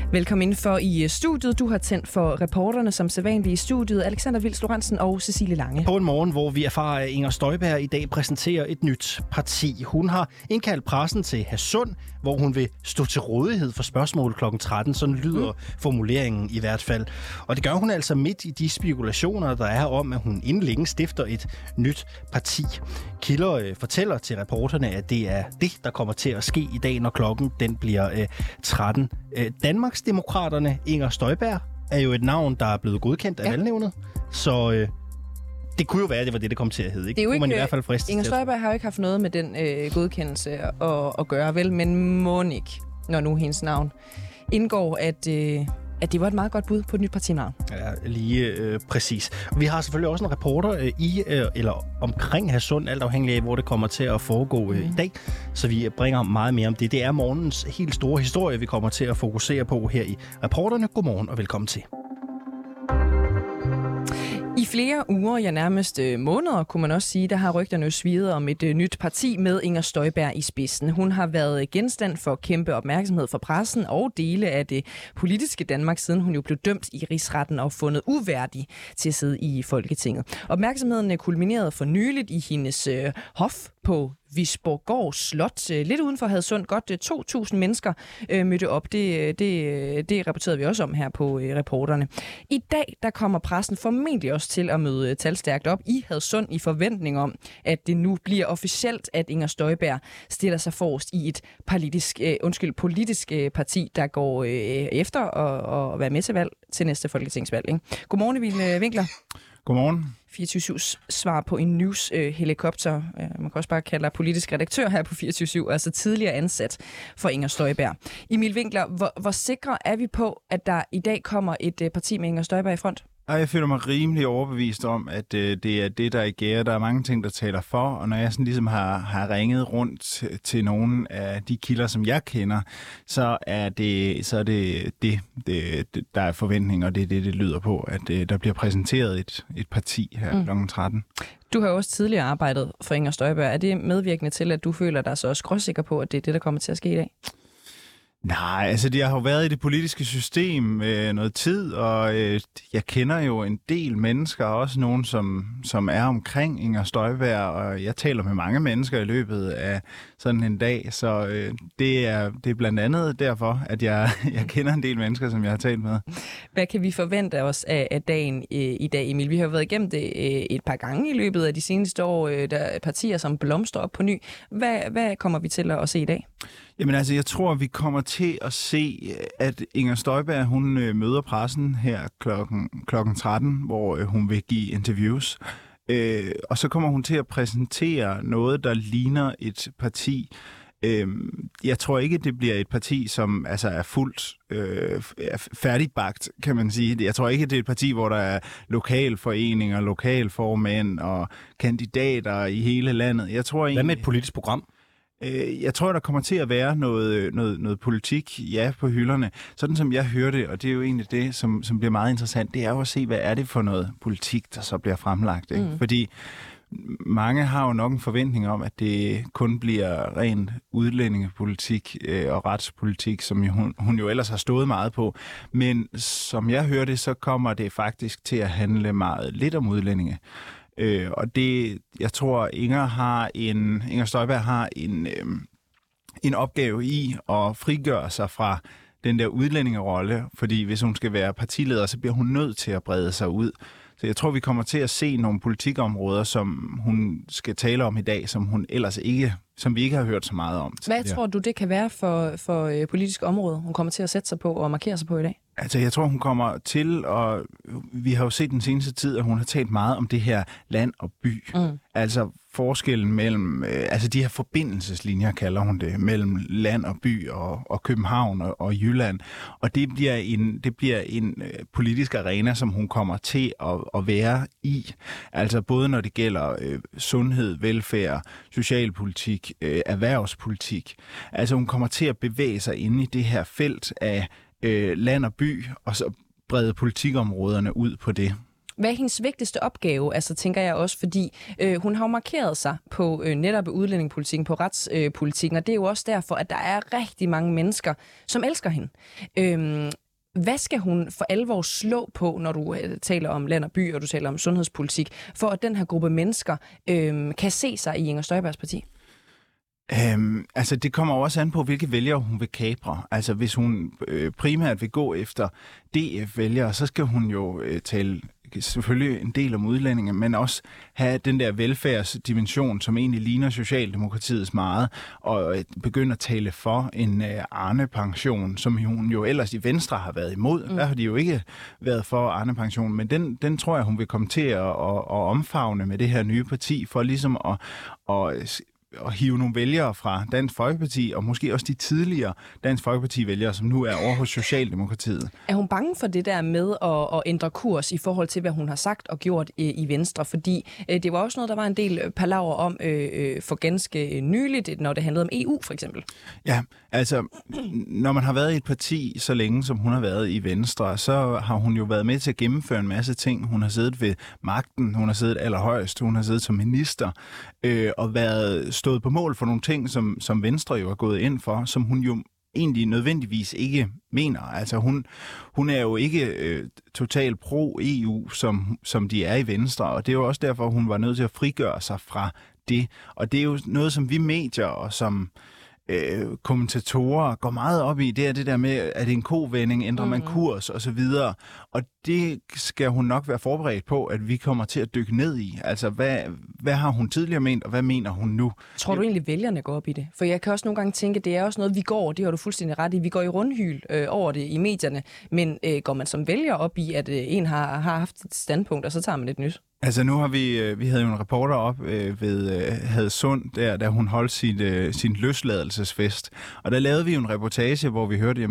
Velkommen ind for i studiet. Du har tændt for reporterne som sædvanligt i studiet. Alexander Vils Lorentzen og Cecilie Lange. På en morgen, hvor vi erfarer, at Inger Støjberg i dag præsenterer et nyt parti. Hun har indkaldt pressen til Hadsund, hvor hun vil stå til rådighed for spørgsmål kl. 13. Sådan lyder formuleringen i hvert fald. Og det gør hun altså midt i de spekulationer, der er om, at hun inden længe stifter et nyt parti. Kilder fortæller til reporterne, at det er det, der kommer til at ske i dag, når klokken den bliver 13. Danmarksdemokraterne Inger Støjberg er jo et navn, der er blevet godkendt af valgnævnet. Så det kunne jo være, at det var det kom til at hedde. Ikke? Det er jo ikke, man i hvert fald fristes Inger Støjberg har jo ikke haft noget med den godkendelse at gøre, vel? Men Monik, når nu hendes navn indgår, at det var et meget godt bud på et nyt partinavn. Ja, lige præcis. Vi har selvfølgelig også en reporter eller omkring Hadsund, alt afhængig af, hvor det kommer til at foregå i dag. Så vi bringer meget mere om det. Det er morgens helt store historie, vi kommer til at fokusere på her i reporterne. Godmorgen og velkommen til. I flere uger, ja nærmest måneder, kunne man også sige, der har rygterne jo sviget om et nyt parti med Inger Støjberg i spidsen. Hun har været genstand for kæmpe opmærksomhed for pressen og dele af det politiske Danmark, siden hun jo blev dømt i rigsretten og fundet uværdig til at sidde i Folketinget. Opmærksomheden kulminerede for nyligt i hendes hof på Visborggård Slot, lidt uden for Hadsund. Godt 2.000 mennesker mødte op. Det rapporterede vi også om her på reporterne. I dag der kommer pressen formentlig også til at møde talstærkt op i Hadsund i forventning om, at det nu bliver officielt, at Inger Støjberg stiller sig forrest i et politisk parti, der går efter at være med til valg til næste folketingsvalg. Ikke? Godmorgen, Emil Winkler. Godmorgen. 24/7's svar på en news-helikopter. Man kan også bare kalde dig politisk redaktør her på 24/7, altså tidligere ansat for Inger Støjberg. Emil Winkler, hvor sikre er vi på, at der i dag kommer et parti med Inger Støjberg i front? Jeg føler mig rimelig overbevist om, at det er det, der er i gære. Der er mange ting, der taler for, og når jeg sådan ligesom har ringet rundt til nogle af de kilder, som jeg kender, så er det der er forventning, og det er det lyder på, at der bliver præsenteret et parti her kl. 13. Du har jo også tidligere arbejdet for Inger Støjberg. Er det medvirkende til, at du føler dig så også skråsikker på, at det er det, der kommer til at ske i dag? Nej, altså jeg har jo været i det politiske system noget tid, og jeg kender jo en del mennesker, også nogen, som er omkring Inger Støjberg, og jeg taler med mange mennesker i løbet af sådan en dag, så det er blandt andet derfor, at jeg kender en del mennesker, som jeg har talt med. Hvad kan vi forvente os af dagen i dag, Emil? Vi har været igennem det et par gange i løbet af de seneste år, der er partier, som blomstrer op på ny. Hvad kommer vi til at se i dag? Jamen altså, jeg tror, vi kommer til at se, at Inger Støjberg, hun møder pressen her klokken 13, hvor hun vil give interviews. Og så kommer hun til at præsentere noget, der ligner et parti. Jeg tror ikke, det bliver et parti, som altså er fuldt færdigbagt, kan man sige. Jeg tror ikke, det er et parti, hvor der er lokalforeninger, lokalformænd og kandidater i hele landet. Hvad med et politisk program? Jeg tror, der kommer til at være noget politik, på hylderne. Sådan som jeg hører det, og det er jo egentlig det, som bliver meget interessant, det er jo at se, hvad er det for noget politik, der så bliver fremlagt. Ikke? Fordi mange har jo nok en forventning om, at det kun bliver ren udlændingepolitik og retspolitik, som hun jo ellers har stået meget på. Men som jeg hører det, så kommer det faktisk til at handle meget lidt om udlændinge. Og det, jeg tror, Inger Støjberg har en opgave i at frigøre sig fra den der udlændingerolle, fordi hvis hun skal være partileder, så bliver hun nødt til at brede sig ud. Så jeg tror, vi kommer til at se nogle politikområder, som hun skal tale om i dag, som vi ikke har hørt så meget om. Hvad tror du, det kan være for politiske områder, hun kommer til at sætte sig på og markere sig på i dag? Altså, jeg tror, hun kommer til, og vi har jo set den seneste tid, at hun har talt meget om det her land og by. Altså forskellen mellem, de her forbindelseslinjer, kalder hun det, mellem land og by og København og Jylland. Og det bliver en politisk arena, som hun kommer til at være i. Altså både når det gælder sundhed, velfærd, socialpolitik, erhvervspolitik. Altså hun kommer til at bevæge sig inde i det her felt af land og by, og så brede politikområderne ud på det. Hvad er hendes vigtigste opgave? Altså tænker jeg også, fordi hun har jo markeret sig på netop udlændingepolitikken, på retspolitikken, og det er jo også derfor, at der er rigtig mange mennesker, som elsker hende. Hvad skal hun for alvor slå på, når du taler om land og by, og du taler om sundhedspolitik, for at den her gruppe mennesker kan se sig i Inger Støjbergs parti? Altså, det kommer også an på, hvilke vælgere hun vil kapre. Altså, hvis hun primært vil gå efter DF-vælgere, så skal hun jo tale selvfølgelig en del om udlændinge, men også have den der velfærdsdimension, som egentlig ligner Socialdemokratiets meget, og begynde at tale for en Arne-pension, som hun jo ellers i Venstre har været imod. Der har de jo ikke været for Arne-pension, men den tror jeg, hun vil komme til at omfavne med det her nye parti, for ligesom at hive nogle vælgere fra Dansk Folkeparti, og måske også de tidligere Dansk Folkeparti-vælgere, som nu er over hos Socialdemokratiet. Er hun bange for det der med at ændre kurs i forhold til, hvad hun har sagt og gjort i Venstre? Fordi det var også noget, der var en del palaver om for ganske nyligt, når det handlede om EU, for eksempel. Ja, altså, når man har været i et parti så længe, som hun har været i Venstre, så har hun jo været med til at gennemføre en masse ting. Hun har siddet ved magten, hun har siddet allerhøjst, hun har siddet som minister, og stået på mål for nogle ting, som Venstre jo er gået ind for, som hun jo egentlig nødvendigvis ikke mener. Altså hun er jo ikke totalt pro-EU, som de er i Venstre, og det er jo også derfor, hun var nødt til at frigøre sig fra det. Og det er jo noget, som vi medier og som kommentatorer går meget op i, det er det der med, at det er en kovending, ændrer man kurs og så videre. Og det skal hun nok være forberedt på, at vi kommer til at dykke ned i. Altså, hvad har hun tidligere ment, og hvad mener hun nu? Tror du egentlig, vælgerne går op i det? For jeg kan også nogle gange tænke, det er også noget, vi går, det har du fuldstændig ret i, vi går i rundhyl over det i medierne, men går man som vælger op i, at en har haft et standpunkt, og så tager man et nyt? Altså nu har vi havde jo en reporter op ved Hadsund, da hun holdt sin løsladelsesfest. Og der lavede vi jo en reportage, hvor vi hørte, jamen,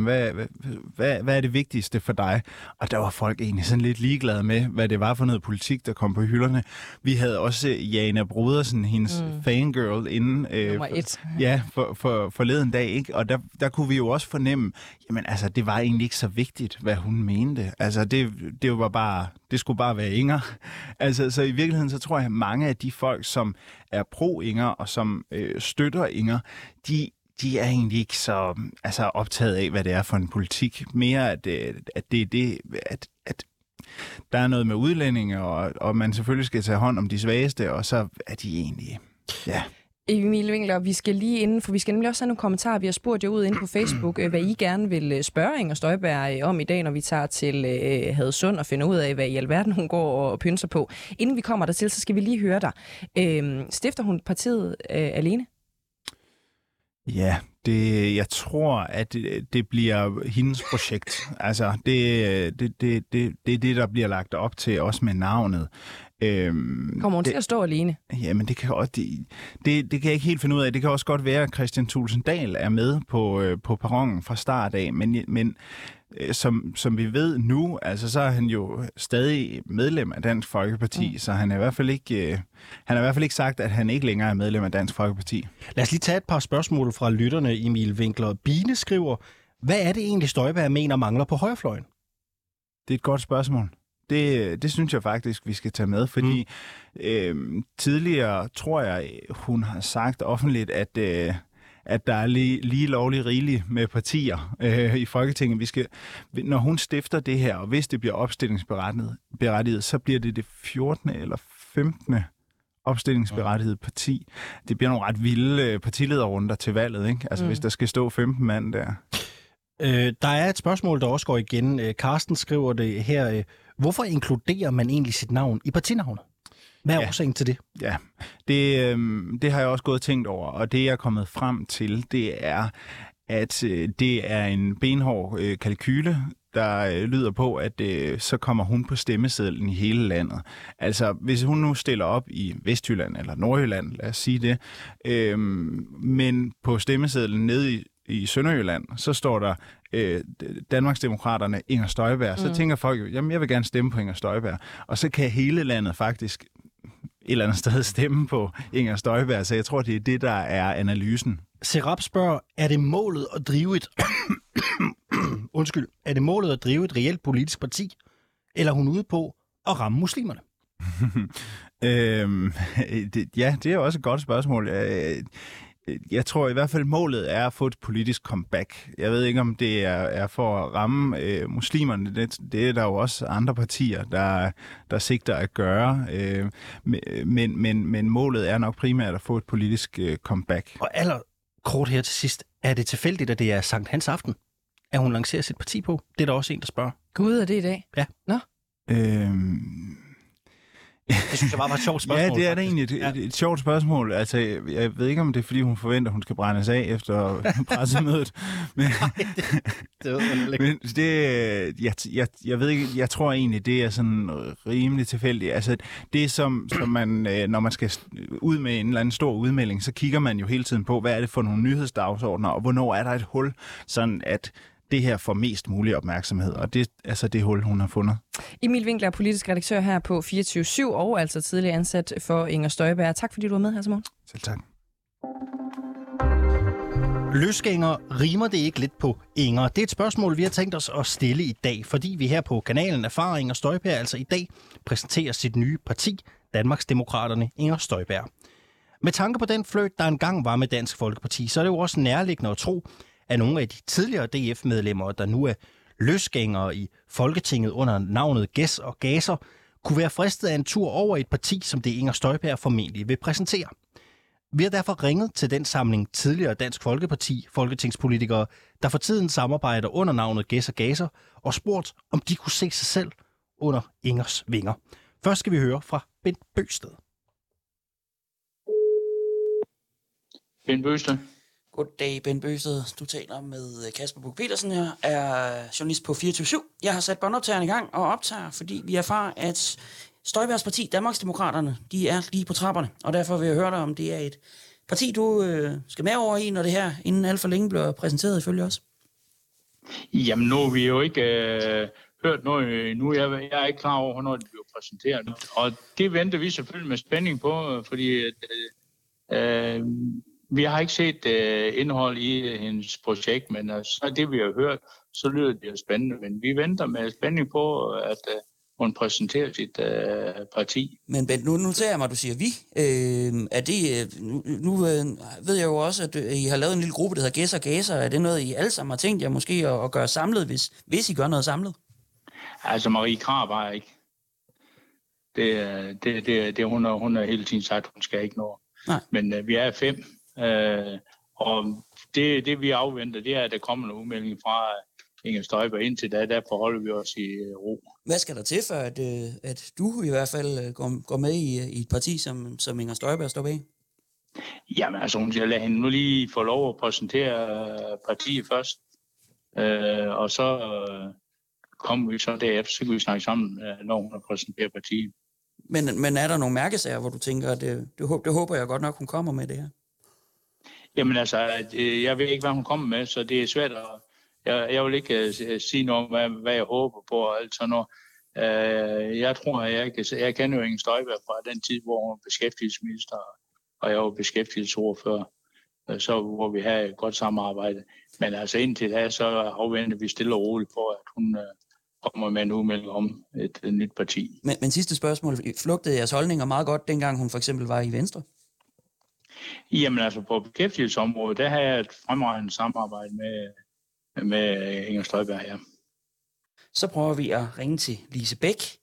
hvad er det vigtigste for dig? Og der var folk egentlig sådan lidt ligeglade med, hvad det var for noget politik, der kom på hylderne. Vi havde også Jana Brodersen, hendes fangirl, inden nummer 1. Ja, forleden dag, ikke? Og der kunne vi jo også fornemme, jamen altså, det var egentlig ikke så vigtigt, hvad hun mente. Altså, det var bare, det skulle bare være Inger. Altså, så i virkeligheden, så tror jeg, at mange af de folk, som er pro-Inger og som støtter Inger, de er egentlig ikke så optaget af, hvad det er for en politik. Mere, at det er det, at der er noget med udlændinge, og man selvfølgelig skal tage hånd om de svageste, og så er de egentlig, ja. Emil Winkler, vi skal nemlig også have nogle kommentarer. Vi har spurgt jer ud inde på Facebook, hvad I gerne vil spørge Inger Støjberg om i dag, når vi tager til Hadsund og finder ud af, hvad i alverden hun går og pynser på. Inden vi kommer dertil, så skal vi lige høre dig. Stifter hun partiet alene? Ja, jeg tror, at det bliver hendes projekt. Altså, det er det, der bliver lagt op til, også med navnet. Kommer hun til at stå alene? Jamen, det kan også, det kan jeg ikke helt finde ud af. Det kan også godt være, at Kristian Thulesen Dahl er med på perronen fra start af, men som vi ved nu, altså så er han jo stadig medlem af Dansk Folkeparti, så han er i hvert fald ikke sagt, at han ikke længere er medlem af Dansk Folkeparti. Lad os lige tage et par spørgsmål fra lytterne. Emil Winkler Bine skriver, hvad er det egentlig Støjberg mener mangler på højrefløjen? Det er et godt spørgsmål. Det synes jeg faktisk, vi skal tage med, fordi tidligere tror jeg, hun har sagt offentligt, at der er lige lovligt rigeligt med partier i Folketinget. Når hun stifter det her, og hvis det bliver opstillingsberettiget, så bliver det 14. eller 15. opstillingsberettiget parti. Det bliver nogle ret vilde partilederrunder til valget, ikke? Altså hvis der skal stå 15 mand der. Der er et spørgsmål, der også går igen. Karsten skriver det her. Hvorfor inkluderer man egentlig sit navn i partinavnet? Hvad er årsagen til det? Ja, det har jeg også gået og tænkt over, og det jeg er kommet frem til, det er, at det er en benhård kalkyle, der lyder på, at så kommer hun på stemmesedlen i hele landet. Altså, hvis hun nu stiller op i Vestjylland eller Nordjylland, lad os sige det, men på stemmesedlen nede i Sønderjylland, så står der Danmarksdemokraterne Inger Støjberg. Så tænker folk jo, jamen jeg vil gerne stemme på Inger Støjberg. Og så kan hele landet faktisk et eller andet sted stemme på Inger Støjberg. Så jeg tror, det er det, der er analysen. Serap spørger, er det målet at drive et reelt politisk parti? Eller er hun ude på at ramme muslimerne? Det er jo også et godt spørgsmål. Jeg tror i hvert fald, målet er at få et politisk comeback. Jeg ved ikke, om det er for at ramme muslimerne. Det er der jo også andre partier, der sigter at gøre. Men målet er nok primært at få et politisk comeback. Og kort her til sidst. Er det tilfældigt, at det er Sankt Hans aften, at hun lancerer sit parti på? Det er der også en, der spørger. Gud, er det i dag? Ja. Nå? Det synes jeg bare var et sjovt spørgsmål. Ja, det er da egentlig et sjovt spørgsmål. Altså, jeg ved ikke, om det er, fordi hun forventer, at hun skal brændes af efter pressemødet. Men, jeg ved ikke, jeg tror egentlig, det er sådan rimelig tilfældigt. Altså, det er som man, når man skal ud med en eller anden stor udmelding, så kigger man jo hele tiden på, hvad er det for nogle nyhedsdagsordner, og hvornår er der et hul, sådan at det her får mest mulig opmærksomhed, og det er altså det hul, hun har fundet. Emil Winkler, politisk redaktør her på 24/7, og altså tidligere ansat for Inger Støjberg. Tak fordi du var med her, Simon. Selv tak. Løsgænger, rimer det ikke lidt på Inger? Det er et spørgsmål, vi har tænkt os at stille i dag, fordi vi her på kanalen erfarer Inger Støjberg altså i dag præsenterer sit nye parti, Danmarksdemokraterne Inger Støjberg. Med tanke på den flirt, der engang var med Dansk Folkeparti, så er det jo også nærliggende at tro, at nogle af de tidligere DF-medlemmer, der nu er løsgængere i Folketinget under navnet Gæs og Gaser, kunne være fristet af en tur over et parti, som det Inger Støjberg formentlig vil præsentere. Vi har derfor ringet til den samling tidligere Dansk Folkeparti folketingspolitikere, der for tiden samarbejder under navnet Gæs og Gaser, og spurgt, om de kunne se sig selv under Ingers vinger. Først skal vi høre fra Bent Bøgsted. Bent Bøgsted. Goddag, Ben Bøgsted. Du taler med Kasper Buch Petersen her, er journalist på 24/7. Jeg har sat båndoptageren i gang og optager, fordi vi erfarer, at Støjbergs parti, Danmarksdemokraterne, de er lige på trapperne. Og derfor vil jeg høre dig, om det er et parti, du skal med over i, når det her inden alt for længe bliver præsenteret ifølge os. Jamen, nu har vi jo ikke hørt noget endnu. Jeg er ikke klar over, hvornår det bliver præsenteret. Og det venter vi selvfølgelig med spænding på, fordi vi har ikke set indhold i hendes projekt, men så det, vi har hørt, så lyder det jo spændende. Men vi venter med spænding på, at hun præsenterer sit parti. Men Bent, nu noterer jeg mig, at du siger vi. Er det, nu ved jeg jo også, at I har lavet en lille gruppe, der hedder Gæs og Gaser. Er det noget, I alle sammen har tænkt jer måske at gøre samlet, hvis I gør noget samlet? Altså, Marie Krarup er ikke. Det hun har hele tiden sagt, hun skal ikke nå. Nej. Men vi er 5. Og det vi afventer, det er, at der kommer en udmelding fra Inger Støjberg. Indtil der forholder vi os i ro. Hvad skal der til for, at du i hvert fald går med i et parti, som Inger Støjberg står bag? Jamen altså, hun skal lade hende nu lige få lov at præsentere partiet først. Og så kommer vi så derefter, så kan vi snakke sammen, når hun har præsenteret partiet. Men er der nogle mærkesager, hvor du tænker, at det håber jeg godt nok, hun kommer med det her? Jamen altså, jeg ved ikke, hvad hun kommer med, så det er svært at... Jeg vil ikke sige noget om, hvad jeg håber på og alt sådan noget. Jeg tror, jeg kender jo Inger Støjberg fra den tid, hvor hun var beskæftigelsesminister, og jeg var beskæftigelsesordfører, så hvor vi havde et godt samarbejde. Men altså indtil da, så afventer vi stille og roligt på, at hun kommer med en udmelding om et nyt parti. Men sidste spørgsmål. Flugtede jeres holdninger meget godt, dengang hun for eksempel var i Venstre? Jamen altså, på beskæftigelsesområdet, der har jeg et fremragende samarbejde med Inger Støjberg her. Så prøver vi at ringe til Lise Bæk.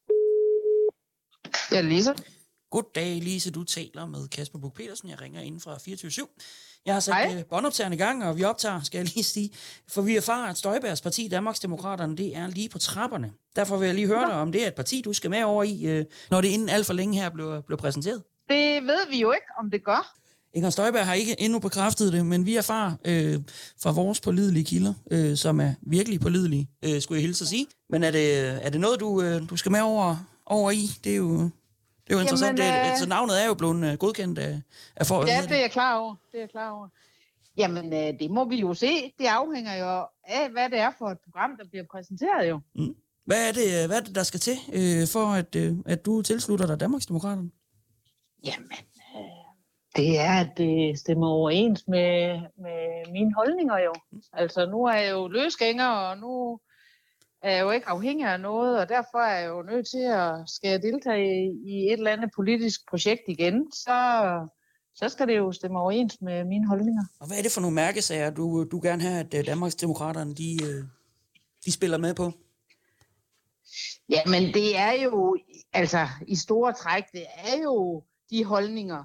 Ja, Lise. Goddag, Lise. Du taler med Kasper Buch Petersen. Jeg ringer inden fra 24/7. Jeg har sat båndoptageren i gang, og vi optager, skal jeg lige sige. For vi erfarer, at Støjbergs parti, Danmarksdemokraterne, det er lige på trapperne. Derfor vil jeg lige høre dig, om det er et parti, du skal med over i, når det inden alt for længe her blev præsenteret. Det ved vi jo ikke, om det gør. Inger Støjberg har ikke endnu bekræftet det, men vi erfarer fra vores pålidelige kilder, som er virkelig pålidelige, skulle jeg hilse at sige. Men er det noget, du skal med over i? Det er jo interessant. Så navnet er jo blevet godkendt af for. Ja, det er jeg klar over. Jamen, det må vi jo se. Det afhænger jo af, hvad det er for et program, der bliver præsenteret jo. Mm. Hvad er det, der skal til, for at du tilslutter dig Danmarksdemokraterne? Jamen, det er, at det stemmer overens med mine holdninger jo. Altså, nu er jeg jo løsgænger, og nu er jo ikke afhængig af noget, og derfor er jeg jo nødt til at skal jeg deltage i et eller andet politisk projekt igen, så skal det jo stemme overens med mine holdninger. Og hvad er det for nogle mærkesager, du gerne have, at Danmarksdemokraterne de spiller med på? Jamen, det er jo, altså i store træk, det er jo de holdninger,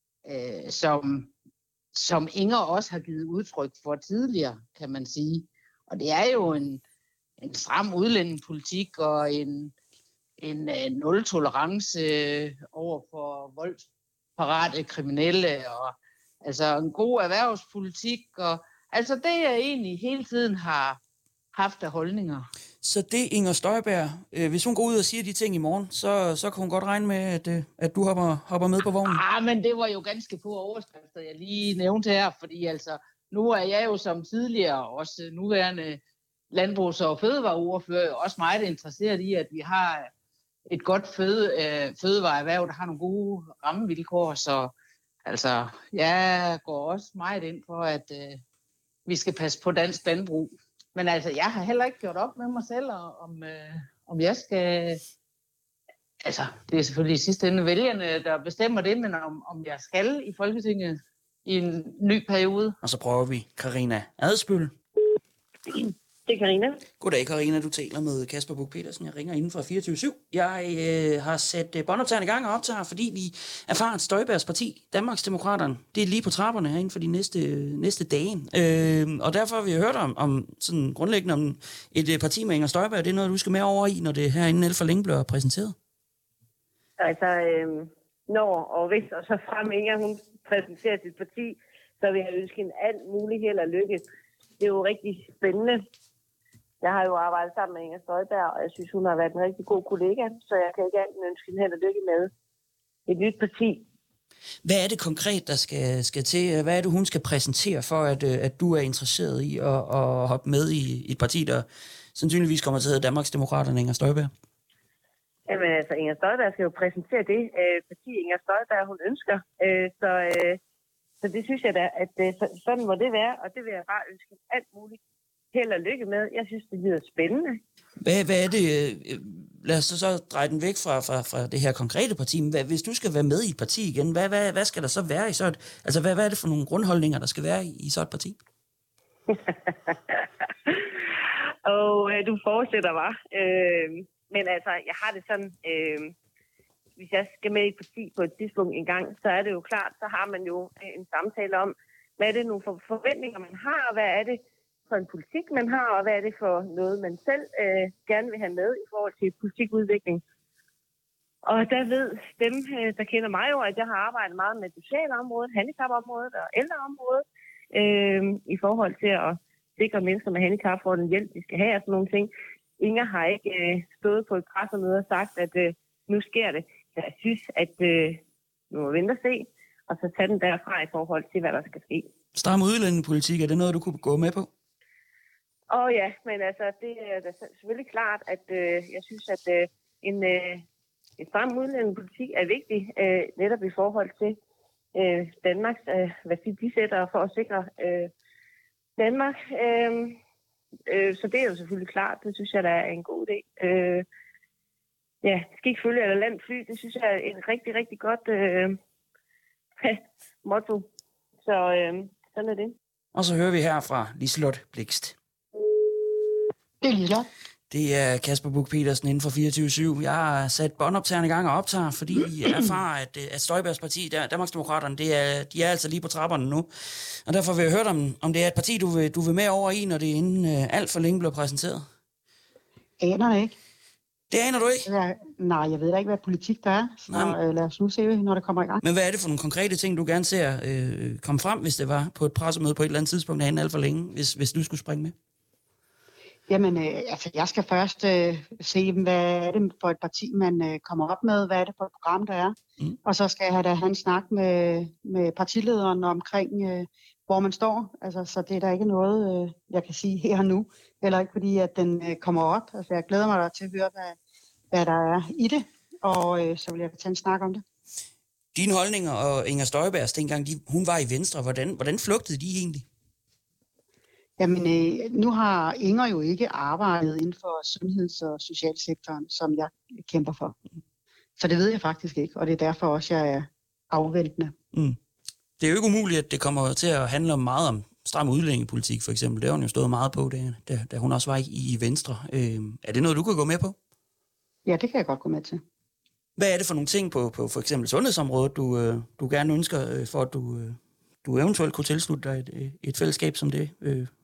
som Inger også har givet udtryk for tidligere, kan man sige. Og det er jo en stram udlændingepolitik og en nul-tolerance over for voldsparate kriminelle, og altså en god erhvervspolitik, og altså det, jeg egentlig hele tiden har haft af holdninger. Så det Inger Støjberg, hvis hun går ud og siger de ting i morgen, så kan hun godt regne med, at du hopper med på vognen? Men det var jo ganske få overskrifter, jeg lige nævnte her, fordi altså, nu er jeg jo som tidligere, også nuværende landbrugs- og fødevareordfører, også meget interesseret i, at vi har et godt fødevareerhverv, der har nogle gode rammevilkår, så altså, jeg går også meget ind for, at vi skal passe på dansk landbrug. Men altså, jeg har heller ikke gjort op med mig selv, om jeg skal... Altså, det er selvfølgelig i sidste ende vælgerne, der bestemmer det, men om jeg skal i Folketinget i en ny periode. Og så prøver vi Karina Adspøl. Det er Karina. Goddag, Karina. Du taler med Kasper Buch Petersen. Jeg ringer inden fra 24/7. Jeg har sat båndoptageren i gang og optager, fordi vi erfarer, at Støjbergs parti, Danmarksdemokraterne, det er lige på trapperne herinde for de næste dage. Og derfor har vi hørt om sådan grundlæggende om et parti med Inger Støjberg. Det er noget, du skal med over i, når det herinde alt for længe bliver præsenteret. Altså, når og hvis, og så frem Inger, hun præsenterer sit parti, så vil jeg ønske en alt mulig held og lykke. Det er jo rigtig spændende. Jeg har jo arbejdet sammen med Inger Støjberg, og jeg synes, hun har været en rigtig god kollega, så jeg kan ikke andet ønske en held og lykke med et nyt parti. Hvad er det konkret, der skal til? Hvad er det, hun skal præsentere for, at du er interesseret i at hoppe med i et parti, der sandsynligvis kommer til at hedde Danmarksdemokraterne Inger Støjberg? Jamen altså, Inger Støjberg skal jo præsentere det parti, Inger Støjberg, hun ønsker. Så det synes jeg da, at sådan må det være, og det vil jeg bare ønske alt muligt held og lykke med. Jeg synes, det lyder spændende. Hvad er det? Lad os så dreje den væk fra det her konkrete parti. Hvis du skal være med i et parti igen, hvad skal der så være i så et... Altså, hvad er det for nogle grundholdninger, der skal være i så et parti? Du fortsætter, hva'? Men altså, jeg har det sådan... hvis jeg skal med i et parti på et tidspunkt en gang, så er det jo klart, så har man jo en samtale om, hvad er det nogle forventninger, man har, og hvad er det for en politik, man har, og hvad er det for noget, man selv gerne vil have med i forhold til politikudvikling. Og der ved dem, der kender mig jo, at jeg har arbejdet meget med socialområdet, handicapområdet og ældreområdet, i forhold til at sikre mennesker med handicap for den hjælp, de skal have og sådan nogle ting. Inger har ikke stået på et pressemøde og sagt, at nu sker det. Så jeg synes, at vi må vente og se, og så tage den derfra i forhold til, hvad der skal ske. Stram udlændingepolitik, er det noget, du kunne gå med på? Ja, men altså, det er da selvfølgelig klart, at jeg synes, at en stram udlændingepolitik er vigtig, netop i forhold til Danmarks værdisætter for at sikre Danmark. Så det er jo selvfølgelig klart, det synes jeg, der er en god idé. Skal ikke følge eller land fly, det synes jeg er en rigtig, rigtig godt motto. Så sådan er det. Og så hører vi her fra Liselott Blixt. Det er Liselott. Det er Kasper Buch Petersen inden for 24/7. Jeg har sat båndoptageren i gang og optager, fordi vi erfarer, at Støjbergs parti, Danmarksdemokraterne, de er altså lige på trapperne nu. Og derfor vil jeg høre om det er et parti, du vil med over i, når det inden alt for længe bliver præsenteret. Aner det ikke. Det aner du ikke? Nej, jeg ved da ikke, hvad politik der er. Så lad os nu se, når det kommer i gang. Men hvad er det for nogle konkrete ting, du gerne ser komme frem, hvis det var på et pressemøde på et eller andet tidspunkt herinde alt for længe, hvis du skulle springe med? Jamen, jeg skal først se, hvad er det for et parti, man kommer op med, hvad er det for et program, der er. Og så skal jeg da have en snak med partilederen omkring, hvor man står. Altså, så det er der ikke noget, jeg kan sige her nu. Heller ikke fordi, at den kommer op. Altså, jeg glæder mig da til at høre, hvad der er i det. Og så vil jeg tage en snak om det. Dine holdninger og Inger Støjbergs, dengang hun var i Venstre, hvordan flugtede de egentlig? Jamen, nu har Inger jo ikke arbejdet inden for sundheds- og socialsektoren, som jeg kæmper for. Så det ved jeg faktisk ikke, og det er derfor også, jeg er afventende. Mm. Det er jo ikke umuligt, at det kommer til at handle meget om stram udlændingepolitik, for eksempel. Det har hun jo stået meget på, da hun også var i Venstre. Er det noget, du kan gå med på? Ja, det kan jeg godt gå med til. Hvad er det for nogle ting på for eksempel sundhedsområdet, du gerne ønsker, for at du eventuelt kunne tilslutte dig et fællesskab som det,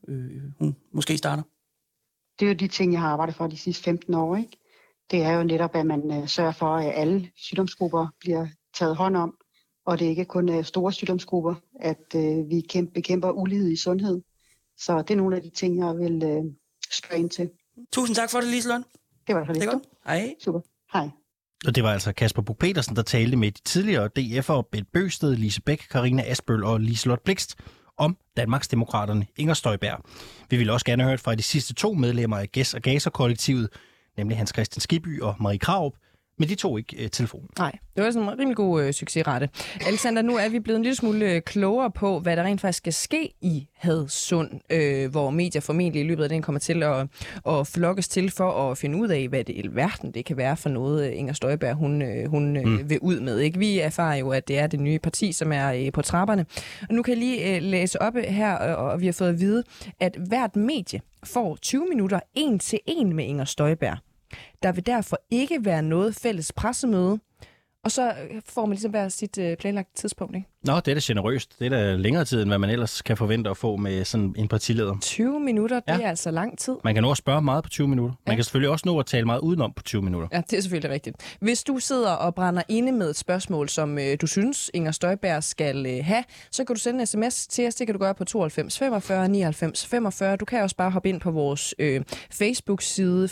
hun måske starter? Det er jo de ting, jeg har arbejdet for de sidste 15 år, ikke? Det er jo netop, at man sørger for, at alle sygdomsgrupper bliver taget hånd om, og det er ikke kun store sygdomsgrupper, at vi bekæmper ulighed i sundhed. Så det er nogle af de ting, jeg vil spørge ind til. Tusind tak for det, Liselund. Det var i hvert fald det. Godt. Hej. Super. Hej. Og det var altså Kasper Buch Petersen, der talte med de tidligere DF'ere Bent Bøgsted, Lise Bech, Karina Asbøl og Liselott Blixt om Danmarksdemokraterne Inger Støjberg. Vi vil også gerne høre fra de sidste 2 medlemmer af Gæs og Gaser-kollektivet, nemlig Hans Christian Skibby og Marie Krarup, men de tog ikke telefonen. Nej, det var sådan en rimelig god succesrate. Alexander, nu er vi blevet en lille smule klogere på, hvad der rent faktisk skal ske i Hadsund, hvor medier formentlig i løbet af den kommer til at flokkes til for at finde ud af, hvad det i verden det kan være for noget, Inger Støjberg hun vil ud med. Ikke? Vi erfarer jo, at det er det nye parti, som er på trapperne. Og nu kan jeg lige læse op her, og vi har fået at vide, at hvert medie får 20 minutter 1-1 med Inger Støjberg. Der vil derfor ikke være noget fælles pressemøde, og så får man ligesom hver sit planlagt tidspunkt, ikke? Nå, det er da generøst. Det er da længere tid, end hvad man ellers kan forvente at få med sådan en partileder. 20 minutter, det er altså lang tid. Man kan nå at spørge meget på 20 minutter. Man kan selvfølgelig også nå at tale meget udenom på 20 minutter. Ja, det er selvfølgelig rigtigt. Hvis du sidder og brænder inde med et spørgsmål, som du synes, Inger Støjberg skal have, så kan du sende en sms til os. Det kan du gøre på 92 45 99 45. Du kan også bare hoppe ind på vores Facebook-side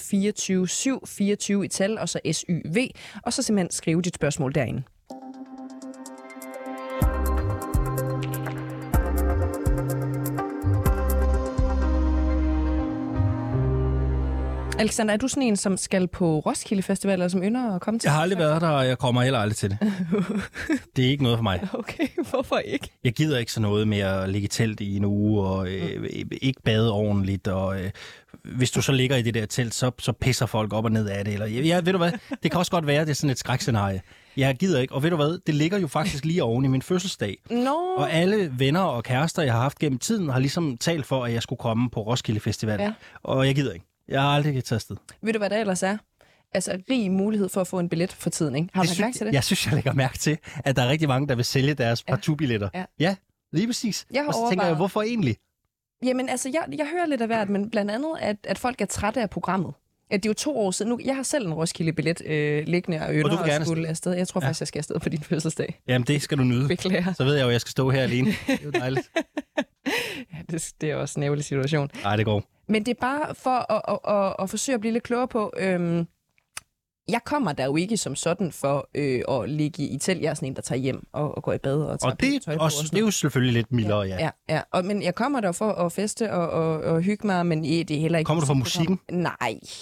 24/7 i tal, og så SYV, og så simpelthen skrive dit spørgsmål derinde. Alexander, er du sådan en, som skal på Roskilde Festival, eller som ynder at komme til? Jeg har aldrig været der, og jeg kommer heller aldrig til det. Det er ikke noget for mig. Okay, hvorfor ikke? Jeg gider ikke sådan noget med at ligge i telt i en uge, og ikke bade ordentligt, og hvis du så ligger i det der telt, så pisser folk op og ned af det. Eller, ved du hvad, det kan også godt være, det er sådan et skrækscenarie. Jeg gider ikke, og ved du hvad, det ligger jo faktisk lige oven i min fødselsdag. No. Og alle venner og kærester, jeg har haft gennem tiden, har ligesom talt for, at jeg skulle komme på Roskilde Festival. Ja. Og jeg gider ikke. Jeg har aldrig taget afsted. Ved du, hvad det ellers er? Altså, rig mulighed for at få en billet for tiden, ikke? Har du lagt mærke til det? Jeg synes, jeg lægger mærke til, at der er rigtig mange, der vil sælge deres partout-billetter. Ja, lige præcis. Og så tænker jeg, hvorfor egentlig? Jamen, altså, jeg hører lidt af hvert, men blandt andet, at folk er trætte af programmet. At det er jo 2 år siden nu. Jeg har selv en Roskilde-billet liggende og ønsker at skulle afsted. Jeg tror faktisk, jeg skal afsted på din fødselsdag. Jamen, det skal du nyde. Beklager. Så ved jeg jo, at jeg skal stå her alene. Det er jo dejligt. Ja, det er også en ærgerlig situation. Nej, det går. Men det er bare for at forsøge at blive lidt klogere på... Jeg kommer der jo ikke som sådan for at ligge i telt. Jeg er sådan en, der tager hjem og går i bad og tager tøj på. Og det er jo selvfølgelig lidt mildere, ja. Men jeg kommer der for at feste og hygge mig, men det er heller ikke... Kommer du for musikken? Nej.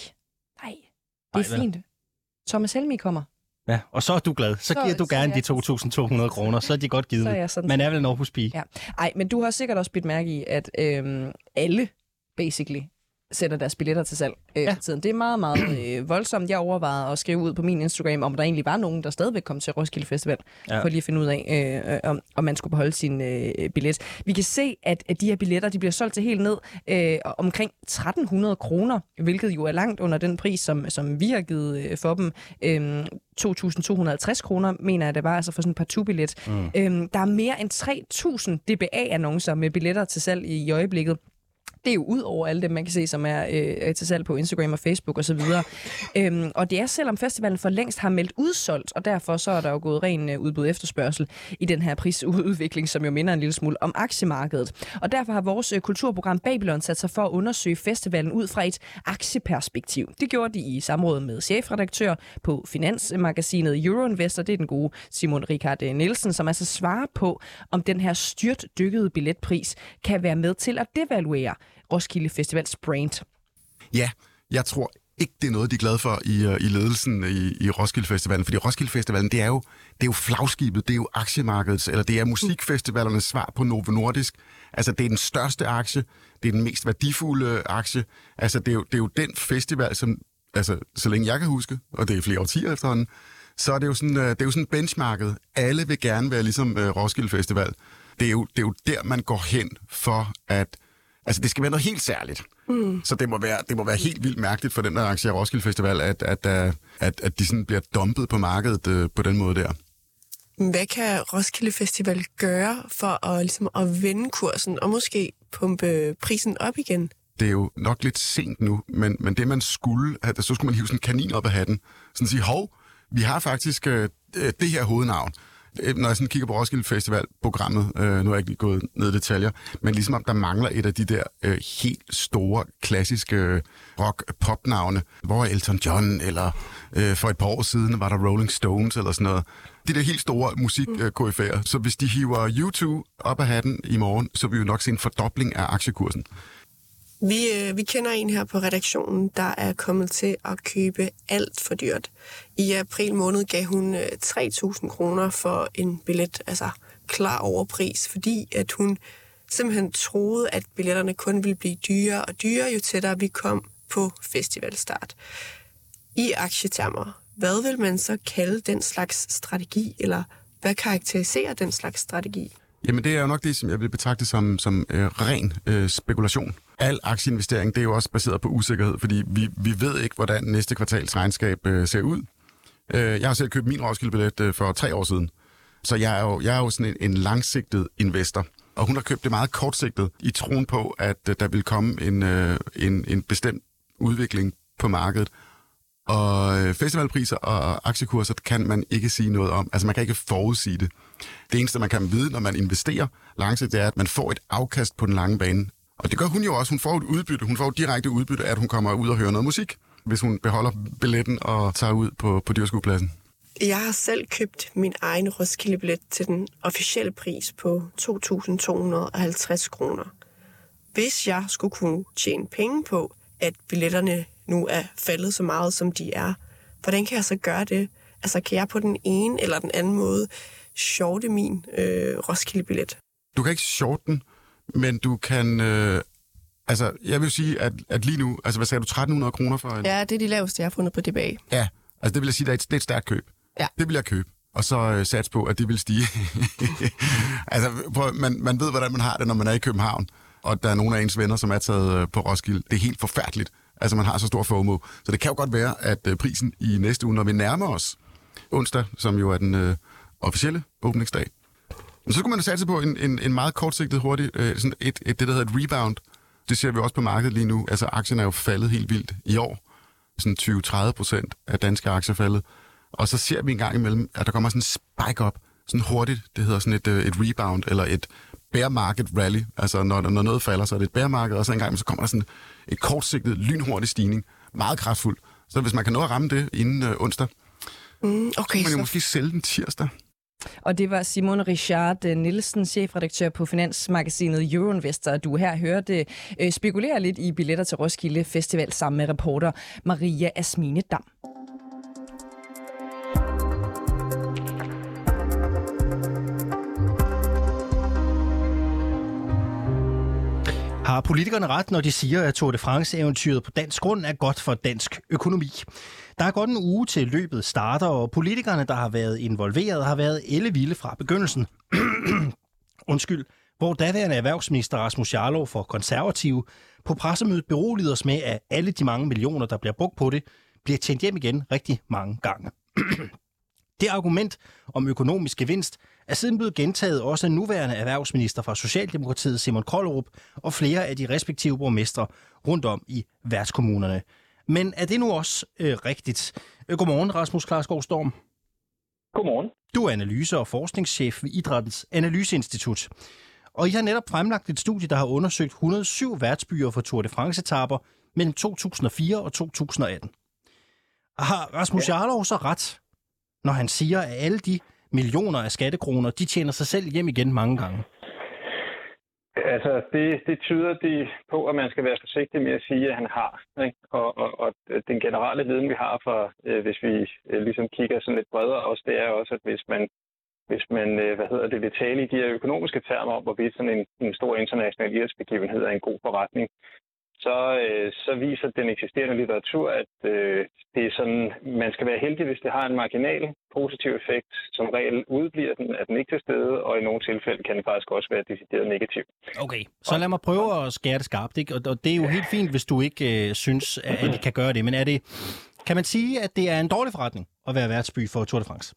Det er fint. Thomas Helmig kommer. Ja, og så er du glad. Så giver du gerne de 2.200 kroner. Så er de godt givet. Man er vel en Aarhus-pige. Ja. Ej, men du har sikkert også bidt mærke i, at alle, basically, sætter deres billetter til salg for tiden. Det er meget, meget voldsomt. Jeg overvejede at skrive ud på min Instagram, om der egentlig var nogen, der stadigvæk kom til Roskilde Festival, for lige at finde ud af, om man skulle beholde sin billet. Vi kan se, at de her billetter, de bliver solgt til helt ned omkring 1.300 kroner, hvilket jo er langt under den pris, som vi har givet for dem. 2.250 kroner, mener jeg, det var altså for sådan en partout-billet. Der er mere end 3.000 DBA-annoncer med billetter til salg i øjeblikket. Det er jo ud over alle dem, man kan se, som er til salg på Instagram og Facebook osv. Og det er selvom festivalen for længst har meldt udsolgt, og derfor så er der jo gået ren udbud efterspørgsel i den her prisudvikling, som jo minder en lille smule om aktiemarkedet. Og derfor har vores kulturprogram Babylon sat sig for at undersøge festivalen ud fra et aktieperspektiv. Det gjorde de i samråd med chefredaktør på finansmagasinet Euroinvestor. Det er den gode Simon Richard Nielsen, som altså svarer på, om den her styrtdykkede billetpris kan være med til at devaluere Roskilde Festivals brand. Ja, jeg tror ikke, det er noget, de er glade for i ledelsen i Roskilde Festivalen. Fordi Roskilde Festivalen, det er jo flagskibet, det er jo aktiemarkedet, eller det er musikfestivalernes svar på Novo Nordisk. Altså, det er den største aktie, det er den mest værdifulde aktie. Altså, det er jo den festival, som, altså, så længe jeg kan huske, og det er flere årtier efterhånden, så er det jo sådan benchmarket. Alle vil gerne være ligesom Roskilde Festival. Det er jo der, man går hen for at... Altså, det skal være noget helt særligt. Så det må være helt vildt mærkeligt for den der arrangerer Roskilde Festival, at de sådan bliver dumpet på markedet på den måde der. Hvad kan Roskilde Festival gøre for at vende kursen og måske pumpe prisen op igen? Det er jo nok lidt sent nu, men det man skulle, så skulle man hive sådan en kanin op af hatten. Sådan sige, hov, vi har faktisk det her hovednavn. Når jeg sådan kigger på Roskilde Festival-programmet, nu er jeg ikke lige gået ned i detaljer, men ligesom om der mangler et af de der helt store, klassiske rock-pop-navne. Hvor er Elton John, eller for et par år siden var der Rolling Stones, eller sådan noget. De der helt store musik-koryfærer. Så hvis de hiver U2 op af hatten i morgen, så vil vi jo nok se en fordobling af aktiekursen. Vi kender en her på redaktionen, der er kommet til at købe alt for dyrt. I april måned gav hun 3.000 kroner for en billet, altså klar overpris, fordi at hun simpelthen troede, at billetterne kun ville blive dyrere og dyrere, jo tættere vi kom på festivalstart. I aktietermer, hvad vil man så kalde den slags strategi, eller hvad karakteriserer den slags strategi? Jamen det er jo nok det, som jeg vil betragte som ren spekulation. Al aktieinvestering, det er jo også baseret på usikkerhed, fordi vi ved ikke, hvordan næste kvartals regnskab ser ud. Jeg har selv købt min Roskilde-billet for 3 år siden, så jeg er jo sådan en langsigtet investor. Og hun har købt det meget kortsigtet i troen på, at der vil komme en bestemt udvikling på markedet. Og festivalpriser og aktiekurser kan man ikke sige noget om. Altså man kan ikke forudsige det. Det eneste, man kan vide, når man investerer langsigtet, det er, at man får et afkast på den lange bane. Og det gør hun jo også. Hun får et udbytte. Hun får et direkte udbytte, at hun kommer ud og hører noget musik, hvis hun beholder billetten og tager ud på dyrskuepladsen. Jeg har selv købt min egen Roskilde-billet til den officielle pris på 2.250 kroner. Hvis jeg skulle kunne tjene penge på, at billetterne nu er faldet så meget, som de er, hvordan kan jeg så gøre det? Altså, kan jeg på den ene eller den anden måde shorte min Roskilde-billet? Du kan ikke shorte den, men du kan... altså, jeg vil sige, at lige nu... Altså, hvad sagde du? 1.300 kroner for en... Ja, det er de laveste, jeg har fundet på DBA. Ja, altså det vil jeg sige, det er et stærkt køb. Ja. Det vil jeg købe. Og så sats på, at det vil stige. Altså, man ved, hvordan man har det, når man er i København. Og der er nogle af ens venner, som er taget på Roskilde. Det er helt forfærdeligt. Altså, man har så stor FOMO. Så det kan jo godt være, at prisen i næste uge, når vi nærmer os onsdag, som jo er den officielle åbningsdag, så skulle man satse på en meget kortsigtet, hurtig, sådan det der hedder et rebound. Det ser vi også på markedet lige nu. Altså, aktien er jo faldet helt vildt i år. Sådan 20-30% af danske aktier faldet. Og så ser vi en gang imellem, at der kommer sådan en spike op, sådan hurtigt. Det hedder sådan et rebound, eller et bear market rally. Altså, når noget falder, så er det et bear market, og så en gang så kommer der sådan et kortsigtet, lynhurtig stigning. Meget kraftfuld. Så hvis man kan nå at ramme det inden onsdag, okay, så kan man jo måske sælge den tirsdag. Og det var Simon Richard Nielsen, chefredaktør på finansmagasinet Euroinvestor. Du her hørte spekulere lidt i billetter til Roskilde Festival sammen med reporter Maria Asmine Dam. Har politikerne ret, når de siger, at Tour de France-eventyret på dansk grund er godt for dansk økonomi? Der er godt en uge til løbet starter, og politikerne, der har været involveret, har været ellevilde fra begyndelsen. Hvor daværende erhvervsminister Rasmus Jarlov for Konservative på pressemødet beroliger os med, at alle de mange millioner, der bliver brugt på det, bliver tjent hjem igen rigtig mange gange. Det argument om økonomisk gevinst er siden blevet gentaget også af nuværende erhvervsminister fra Socialdemokratiet Simon Kollerup og flere af de respektive borgmestre rundt om i værtskommunerne. Men er det nu også rigtigt? Godmorgen, Rasmus Klarsgaard Storm. Godmorgen. Du er analyse- og forskningschef ved Idrættens Analyseinstitut. Og I har netop fremlagt et studie, der har undersøgt 107 værtsbyer for Tour de France-etaper mellem 2004 og 2018. Har Rasmus Jarlov så ret, når han siger, at alle de millioner af skattekroner, de tjener sig selv hjem igen mange gange? Altså, det tyder de på, at man skal være forsigtig med at sige, at han har. Ikke? Og den generelle viden, vi har fra, hvis vi ligesom kigger sådan lidt bredere også, det er også, at hvis man vil tale i de her økonomiske termer om, hvorvidt sådan en stor international idrætsbegivenhed er en god forretning, så viser den eksisterende litteratur, at det er sådan, man skal være heldig, hvis det har en marginal positiv effekt. Som regel udbliver den, er den ikke til stede, og i nogle tilfælde kan den faktisk også være decideret negativ. Okay, så lad mig prøve at skære det skarpt, ikke? Og det er jo helt fint, hvis du ikke synes, at vi kan gøre det, men kan man sige, at det er en dårlig forretning at være værtsby for Tour de France?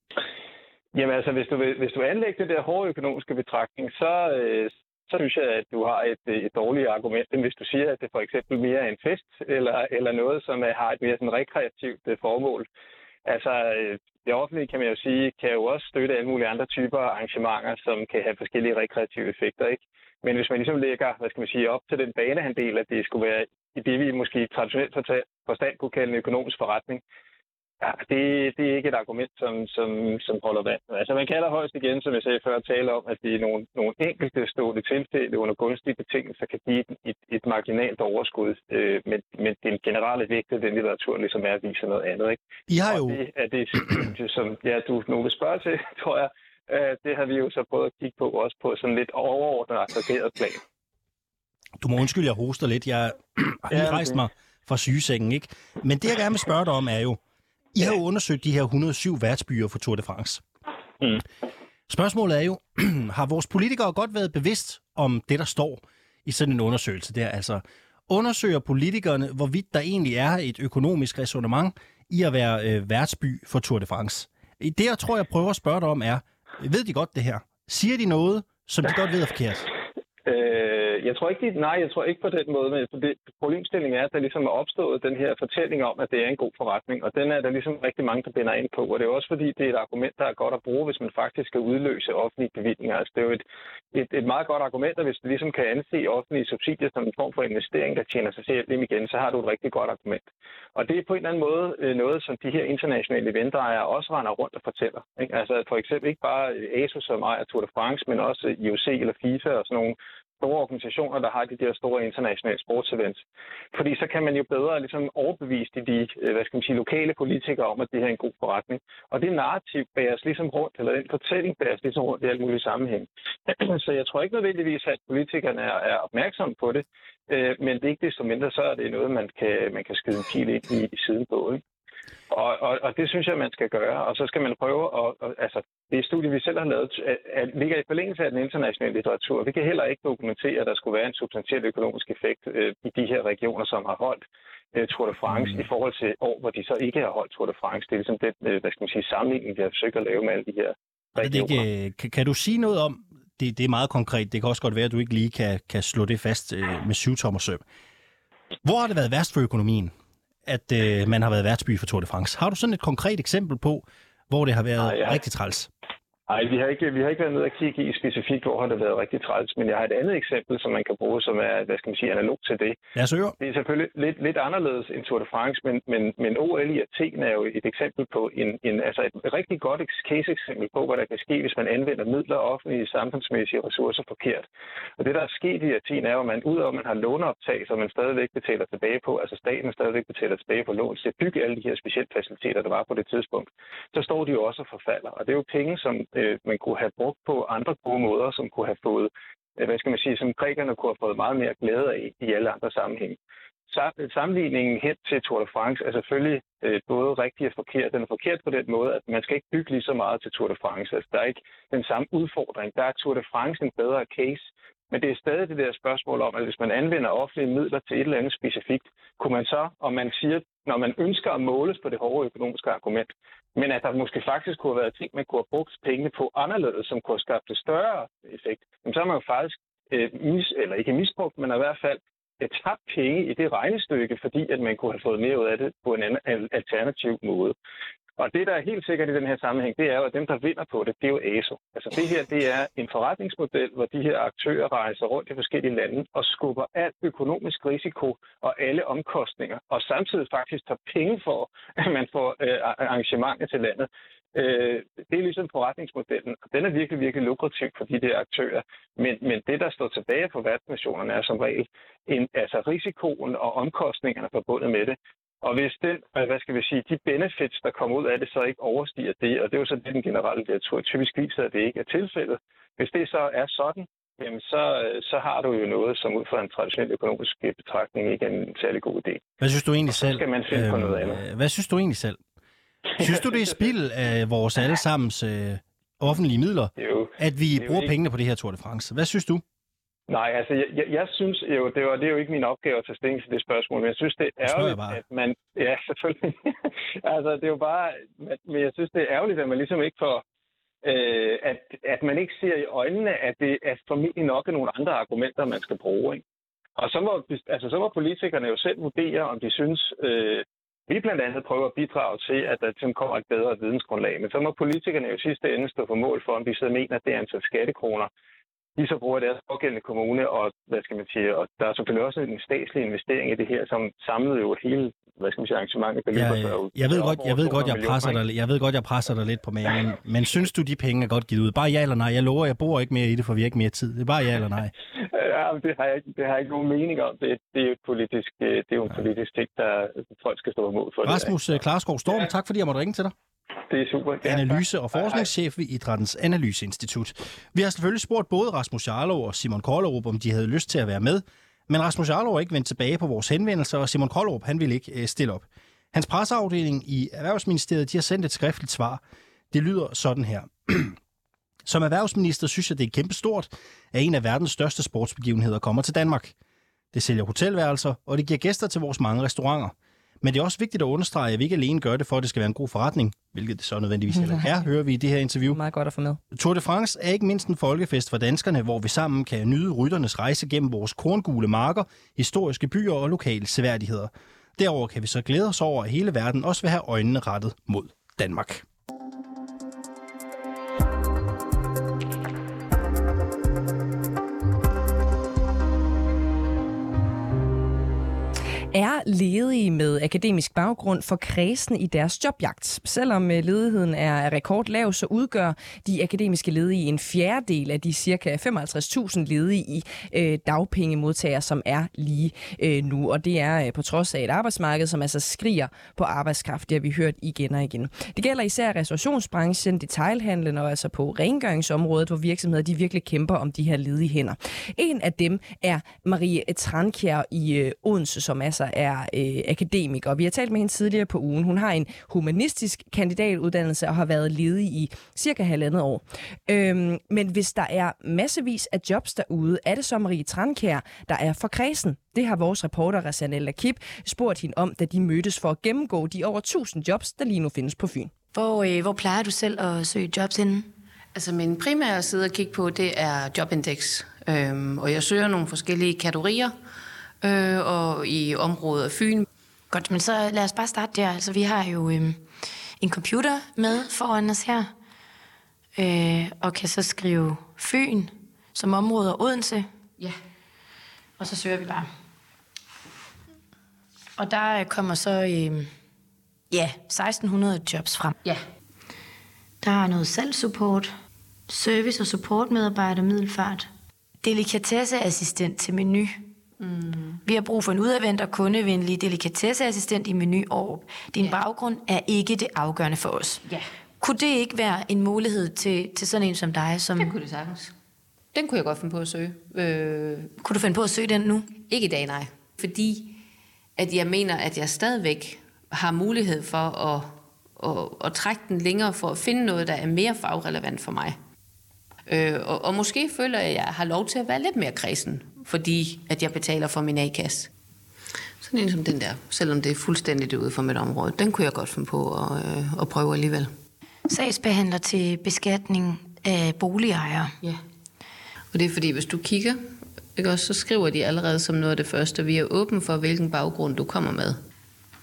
Jamen altså, hvis du anlægger det der hårde økonomiske betragtning, så synes jeg, at du har et dårligt argument, end hvis du siger, at det for eksempel mere er en fest, eller noget, som har et mere sådan rekreativt formål. Altså, det offentlige, kan man jo sige, kan jo også støtte alle mulige andre typer arrangementer, som kan have forskellige rekreative effekter, ikke? Men hvis man ligesom lægger, op til den banehandel, at det skulle være i det, vi måske traditionelt forstand kunne kalde en økonomisk forretning, ja, det er ikke et argument, som holder vand. Altså man kan højst igen, som jeg sagde før, tale om, at det er nogle enkelte stående tilfælde under gunstige betingelser kan give et marginalt overskud, men den generelle vægt af den litteratur ligesom er at vise noget andet. Ikke? I har jo... Det som du nu vil spørge til, tror jeg, det har vi jo så prøvet at kigge på, også på sådan lidt overordnet aggregeret plan. Du må undskylde, jeg hoster lidt. Jeg har lige rejst mig fra sygesengen, ikke? Men det, jeg gerne vil spørge dig om, er jo, I har jo undersøgt de her 107 værtsbyer for Tour de France. Mm. Spørgsmålet er jo, har vores politikere godt været bevidst om det, der står i sådan en undersøgelse der? Altså, undersøger politikerne, hvorvidt der egentlig er et økonomisk ræsonnement i at være værtsby for Tour de France? Det, jeg tror, jeg prøver at spørge dig om, er, ved de godt det her? Siger de noget, som de godt ved er forkert? Jeg tror ikke på den måde, men problemstillingen er, at der ligesom er opstået den her fortælling om, at det er en god forretning, og den er der ligesom rigtig mange, der binder ind på, og det er også fordi, det er et argument, der er godt at bruge, hvis man faktisk skal udløse offentlige bevillinger. Altså, det er jo et meget godt argument, at hvis du ligesom kan anse offentlige subsidier som en form for investering, der tjener sig selv hjem igen, så har du et rigtig godt argument. Og det er på en eller anden måde noget, som de her internationale eventejere også render rundt og fortæller. Ikke? Altså for eksempel ikke bare ASO, som ejer Tour de France, men også IOC eller FIFA og sådan nogle store organisationer, der har de der store internationale sportsevents. Fordi så kan man jo bedre ligesom overbevise de lokale politikere om, at det her er en god forretning. Og det narrativ bæres ligesom rundt, eller den fortælling bæres ligesom rundt i alle mulige sammenhæng. Så jeg tror ikke nødvendigvis, at politikerne er opmærksomme på det, men det er ikke desto mindre, så er det noget, man kan skyde en pil ind i siden på, ikke? Og det synes jeg, man skal gøre, og så skal man prøve altså det studie, vi selv har lavet, ligger i forlængelse af den internationale litteratur. Vi kan heller ikke dokumentere, at der skulle være en substantiel økonomisk effekt i de her regioner, som har holdt Tour de France i forhold til år, hvor de så ikke har holdt Tour de France. Det er ligesom den, sammenligning, vi har forsøgt at lave med alle de her regioner. Kan du sige noget om, det er meget konkret, det kan også godt være, at du ikke lige kan slå det fast med 7-tommersøm. Hvor har det været værst for økonomien, at man har været værtsby for Tour de France? Har du sådan et konkret eksempel på, hvor det har været rigtig træls? Nej, vi har ikke været nede at kigge i specifikt, hvor har det været rigtig træls, men jeg har et andet eksempel, som man kan bruge, som er, analog til det. Ja, så det er selvfølgelig lidt anderledes end Tour de France, men OL i Athen er jo et eksempel på et rigtig godt case-eksempel på, hvad der kan ske, hvis man anvender midler og offentlige samfundsmæssige ressourcer forkert. Og det, der er sket i Athen, er jo, at man udover at man har låneoptag, som man stadigvæk betaler tilbage på, altså staten stadigvæk betaler tilbage på lån til at bygge alle de her specielle faciliteter, der var på det tidspunkt, så står de jo også og forfalder. Og det er jo penge, som man kunne have brugt på andre gode måder, som kunne have fået, som grækerne kunne have fået meget mere glæde af i alle andre sammenhænge. Sammenligningen hen til Tour de France er selvfølgelig både rigtig og forkert. Den er forkert på den måde, at man skal ikke bygge lige så meget til Tour de France. Altså, der er ikke den samme udfordring. Der er Tour de France en bedre case, men det er stadig det der spørgsmål om, at hvis man anvender offentlige midler til et eller andet specifikt, kunne man så, og man siger, når man ønsker at måles på det hårde økonomiske argument, men at der måske faktisk kunne have været ting, man kunne have brugt pengene på anderledes, som kunne have skabt et større effekt, så har man jo faktisk ikke misbrugt, men i hvert fald tabt penge i det regnestykke, fordi at man kunne have fået mere ud af det på en anden alternativ måde. Og det, der er helt sikkert i den her sammenhæng, det er jo, at dem, der vinder på det, det er jo ASO. Altså det her, det er en forretningsmodel, hvor de her aktører rejser rundt i forskellige lande og skubber alt økonomisk risiko og alle omkostninger, og samtidig faktisk tager penge for, at man får arrangementer til landet. Det er ligesom forretningsmodellen, og den er virkelig, virkelig lukrativ for de der aktører. Men det, der står tilbage på værtsnationerne, er som regel risikoen og omkostningerne forbundet med det. Og hvis de benefits, der kommer ud af det, så ikke overstiger det, og det er jo så det, den generelle litteratur typisk viser, at det ikke er tilfældet. Hvis det så er sådan, jamen så har du jo noget, som ud fra en traditionel økonomisk betragtning ikke er en særlig god idé. Hvad synes du egentlig selv? Så skal man finde på noget andet. Hvad synes du egentlig selv? Synes du, det er spild af vores allesammens offentlige midler, at vi bruger pengene på det her Tour de France? Hvad synes du? Nej, altså jeg synes jo, det er jo ikke min opgave at tage stilling til det spørgsmål, men jeg synes, det er ærgerligt, at man... Ja, selvfølgelig. Altså, det er jo bare... Men jeg synes, det er ærgerligt, at man ligesom ikke får... at man ikke ser i øjnene, at det er formentlig nok af nogle andre argumenter, man skal bruge, ikke? Og så må politikerne jo selv vurdere, om de synes... Vi blandt andet prøver at bidrage til, at der kommer et bedre vidensgrundlag, men så må politikerne jo sidste ende stå for mål for, om de så mener, at det er antal skattekroner, de så bruger deres pågældende kommune, og og der er selvfølgelig også en statslig investering i det her, som samlede jo hele, arrangementet. Jeg ved godt, jeg presser dig lidt på maven, men synes du, de penge er godt givet ud? Bare ja eller nej. Jeg lover, jeg bor ikke mere i det, for vi har ikke mere tid. Det er bare ja eller nej. Ja, det har jeg ikke nogen mening om. Det er jo en politisk ting, der folk skal stå imod for. Rasmus Klarskov Storm, tak fordi jeg måtte ringe til dig. Det er super. Analyse- og forskningschef ved Idrættens Analyseinstitut. Vi har selvfølgelig spurgt både Rasmus Jarlov og Simon Kollerup, om de havde lyst til at være med. Men Rasmus Jarlov er ikke vendt tilbage på vores henvendelser, og Simon Kollerup, han ville ikke stille op. Hans presseafdeling i Erhvervsministeriet, de har sendt et skriftligt svar. Det lyder sådan her. Som erhvervsminister synes jeg, det er kæmpestort, at en af verdens største sportsbegivenheder kommer til Danmark. Det sælger hotelværelser, og det giver gæster til vores mange restauranter. Men det er også vigtigt at understrege, at vi ikke alene gør det for, at det skal være en god forretning, hvilket det så nødvendigvis heller er, hører vi i det her interview. Meget godt at få med. Tour de France er ikke mindst en folkefest for danskerne, hvor vi sammen kan nyde rytternes rejse gennem vores korngule marker, historiske byer og lokale seværdigheder. Derover kan vi så glæde os over, at hele verden også vil have øjnene rettet mod Danmark. Er ledige med akademisk baggrund for kræsne i deres jobjagt? Selvom ledigheden er rekordlav, så udgør de akademiske ledige en fjerdedel af de ca. 55.000 ledige i dagpengemodtagere, som er lige nu. Og det er på trods af et arbejdsmarked, som altså skriger på arbejdskraft. Det har vi hørt igen og igen. Det gælder især restaurationsbranchen, detailhandlen og altså på rengøringsområdet, hvor virksomheder de virkelig kæmper om de her ledige hænder. En af dem er Marie Trankjær i Odense, som altså er akademiker. Vi har talt med hende tidligere på ugen. Hun har en humanistisk kandidatuddannelse og har været ledig i cirka 1,5 år. Men hvis der er massevis af jobs derude, er det så Marie Trankjær, der er for kredsen? Det har vores reporter Razanella Kip spurgt hende om, da de mødtes for at gennemgå de over 1000 jobs, der lige nu findes på Fyn. Hvor plejer du selv at søge jobs henne? Altså min primære side at kigge på, det er Jobindex. Og jeg søger nogle forskellige kategorier, og i området af Fyn. Godt, men så lad os bare starte der. Altså, vi har jo en computer med foran os her, og kan så skrive Fyn som område og Odense. Ja. Og så søger vi bare. Og der kommer så 1600 jobs frem. Ja. Der er noget salgssupport, service- og supportmedarbejder, middelfart, delikatesseassistent til Meny. Vi har brug for en udadvendt og kundevenlig delikatesseassistent i Meny Aarup. Din baggrund er ikke det afgørende for os. Ja. Kunne det ikke være en mulighed til sådan en som dig? Som... Det kunne det sagtens. Den kunne jeg godt finde på at søge. Kunne du finde på at søge den nu? Ikke i dag, nej. Fordi at jeg mener, at jeg stadigvæk har mulighed for at trække den længere for at finde noget, der er mere fagrelevant for mig. Og måske føler jeg, at jeg har lov til at være lidt mere kredsen, fordi at jeg betaler for min A-kasse. Sådan en som den der, selvom det er fuldstændigt ude for mit område, den kunne jeg godt finde på at prøve alligevel. Sagsbehandler til beskatning af boligejere. Ja. Og det er fordi, hvis du kigger, ikke også, så skriver de allerede som noget af det første, vi er åbne for, hvilken baggrund du kommer med.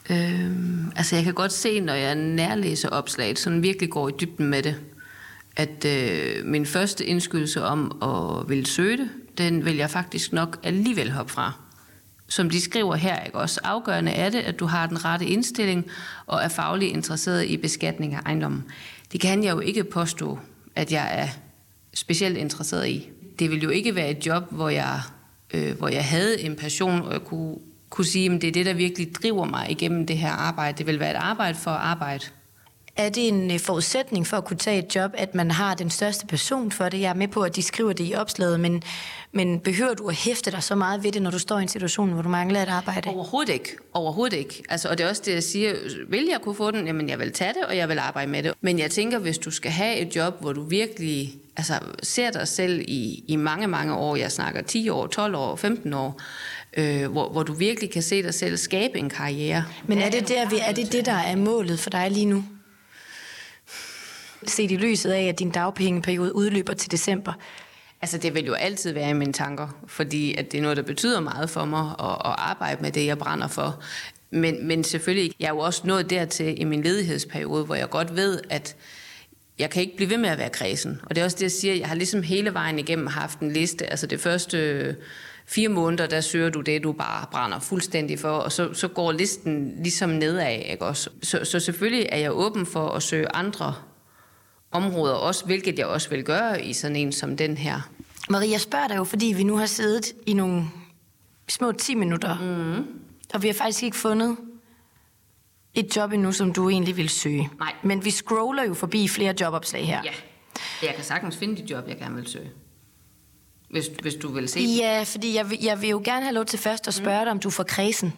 Altså jeg kan godt se, når jeg nærlæser opslaget, sådan virkelig går i dybden med det, at min første indskydelse om at ville søge det, den vil jeg faktisk nok alligevel hoppe fra. Som de skriver her, ikke også? Afgørende er det, at du har den rette indstilling og er fagligt interesseret i beskatning af ejendommen. Det kan jeg jo ikke påstå, at jeg er specielt interesseret i. Det vil jo ikke være et job, hvor jeg havde en passion, og jeg kunne sige, at det er det, der virkelig driver mig igennem det her arbejde. Det vil være et arbejde for at arbejde. Er det en forudsætning for at kunne tage et job, at man har den største passion for det? Jeg er med på, at de skriver det i opslaget, men behøver du at hæfte dig så meget ved det, når du står i en situation, hvor du mangler et arbejde? Overhovedet ikke. Altså, og det er også det, jeg siger, vil jeg kunne få den? Jamen, jeg vil tage det, og jeg vil arbejde med det. Men jeg tænker, hvis du skal have et job, hvor du virkelig ser dig selv i mange, mange år, jeg snakker 10 år, 12 år, 15 år, hvor du virkelig kan se dig selv skabe en karriere. Men er det det, der er målet for dig lige nu? Set i lyset af, at din dagpengeperiode udløber til december. Altså, det vil jo altid være i mine tanker, fordi at det er noget, der betyder meget for mig at arbejde med det, jeg brænder for. Men selvfølgelig, jeg er jo også nået dertil i min ledighedsperiode, hvor jeg godt ved, at jeg kan ikke blive ved med at være kredsen. Og det er også det, jeg siger, jeg har ligesom hele vejen igennem haft en liste. Altså det første 4 måneder, der søger du det, du bare brænder fuldstændig for, og så går listen ligesom nedad, ikke også? Så selvfølgelig er jeg åben for at søge andre områder også, hvilket jeg også vil gøre i sådan en som den her. Marie, jeg spørger dig jo, fordi vi nu har siddet i nogle små 10 minutter, og vi har faktisk ikke fundet et job endnu, som du egentlig vil søge. Nej. Men vi scroller jo forbi flere jobopslag her. Ja, jeg kan sagtens finde de job, jeg gerne vil søge. Hvis du vil se. Ja, fordi jeg vil jo gerne have lov til først at spørge dig, om du får kredsen.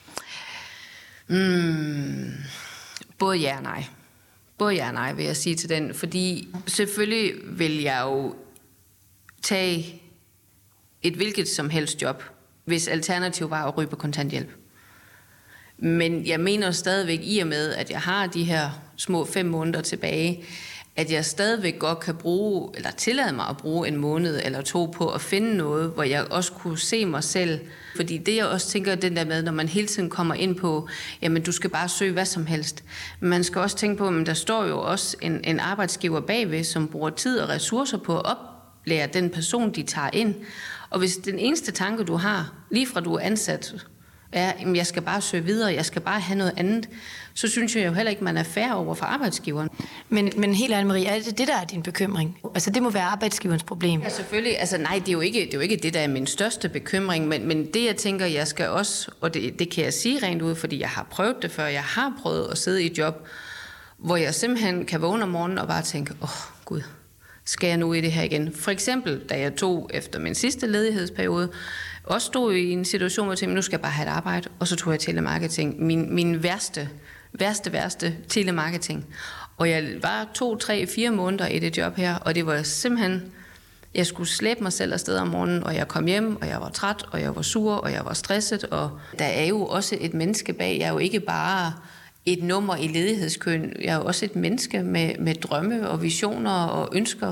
Både ja og nej. Både ja og nej, vil jeg sige til den. Fordi selvfølgelig vil jeg jo tage et hvilket som helst job, hvis alternativ var at ryge på kontanthjælp. Men jeg mener stadigvæk, i og med, at jeg har de her små 5 måneder tilbage, at jeg stadigvæk godt kan bruge, eller tillade mig at bruge en måned eller 2 på at finde noget, hvor jeg også kunne se mig selv. Fordi det, jeg også tænker, den der med, når man hele tiden kommer ind på, jamen du skal bare søge hvad som helst. Men man skal også tænke på, at der står jo også en arbejdsgiver bagved, som bruger tid og ressourcer på at oplære den person, de tager ind. Og hvis den eneste tanke, du har, lige fra du er ansat, er, at jeg skal bare søge videre, jeg skal bare have noget andet, så synes jeg jo heller ikke, man er fair over for arbejdsgiveren. Men helt ærligt, Marie, er det der er din bekymring? Altså, det må være arbejdsgiverens problem. Ja, selvfølgelig. Altså, nej, det er jo ikke det, der er min største bekymring, men det, jeg tænker, jeg skal også, og det kan jeg sige rent ud, fordi jeg har prøvet det før, jeg har prøvet at sidde i et job, hvor jeg simpelthen kan vågne om morgenen og bare tænke, Gud, skal jeg nu i det her igen? For eksempel, da jeg tog efter min sidste ledighedsperiode, også stod i en situation, hvor jeg tænkte, nu skal jeg bare have et arbejde, og så tog jeg telemarketing. Min værste telemarketing. Og jeg var 2, 3, 4 måneder i det job her, og det var simpelthen, jeg skulle slæbe mig selv afsted om morgenen, og jeg kom hjem, og jeg var træt, og jeg var sur, og jeg var stresset, og der er jo også et menneske bag. Jeg er jo ikke bare et nummer i ledighedskøen. Jeg er jo også et menneske med drømme og visioner og ønsker,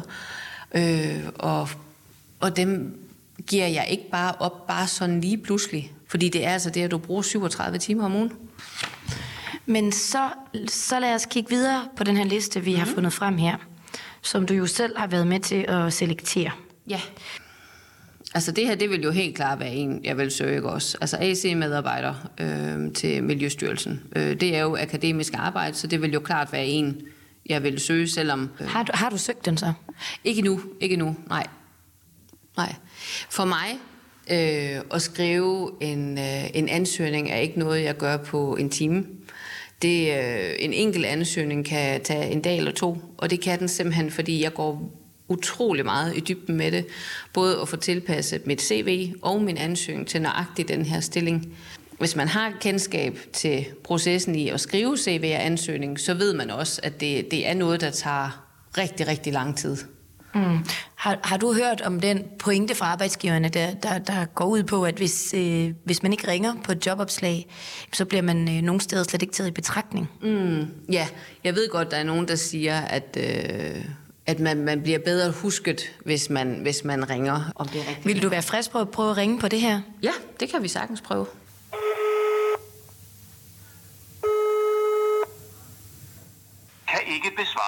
og dem giver jeg ikke bare op, bare sådan lige pludselig. Fordi det er altså det, at du bruger 37 timer om ugen. Men så lad os kigge videre på den her liste, vi har fundet frem her, som du jo selv har været med til at selektere. Ja. Altså det her, det vil jo helt klart være en, jeg vil søge også. Altså AC-medarbejder til Miljøstyrelsen. Det er jo akademisk arbejde, så det vil jo klart være en, jeg vil søge, selvom... Har du søgt den så? Ikke nu, nej. For mig at skrive en ansøgning er ikke noget, jeg gør på en time. En enkelt ansøgning kan tage en dag eller 2, og det kan den simpelthen, fordi jeg går utrolig meget i dybden med det. Både at få tilpasset mit CV og min ansøgning til nøjagtigt den her stilling. Hvis man har kendskab til processen i at skrive CV og ansøgning, så ved man også, at det er noget, der tager rigtig, rigtig lang tid. Har du hørt om den pointe fra arbejdsgiverne, der går ud på, at hvis man ikke ringer på et jobopslag, så bliver man nogle steder slet ikke taget i betragtning? Ja, jeg ved godt, der er nogen, der siger, at man bliver bedre husket, hvis man ringer. Om det er rigtigt. Vil du være frisk på at prøve at ringe på det her? Ja, det kan vi sagtens prøve.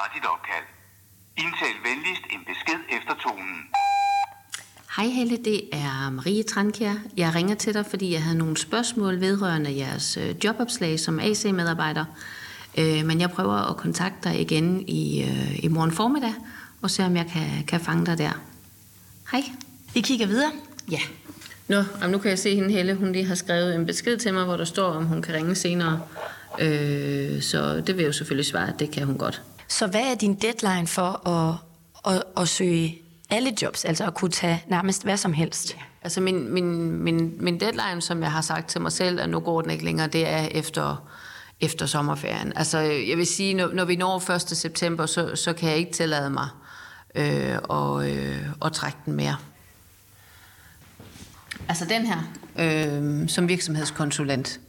dit opkald. Indtal venligst en besked efter tonen. Hej Helle, det er Marie Trankjær. Jeg ringer til dig, fordi jeg havde nogle spørgsmål vedrørende jeres jobopslag som AC-medarbejder. Men jeg prøver at kontakte dig igen i morgen formiddag, og se om jeg kan fange dig der. Hej. Vi kigger videre. Ja. Nu kan jeg se hende Helle, hun lige har skrevet en besked til mig, hvor der står, om hun kan ringe senere. Så det vil jeg jo selvfølgelig svare, at det kan hun godt. Så hvad er din deadline for at søge alle jobs, altså at kunne tage nærmest hvad som helst? Ja. Altså min deadline, som jeg har sagt til mig selv, at nu går den ikke længere, det er efter sommerferien. Altså jeg vil sige, når vi når 1. september, så kan jeg ikke tillade mig at trække den mere. Altså den her, som virksomhedskonsulent.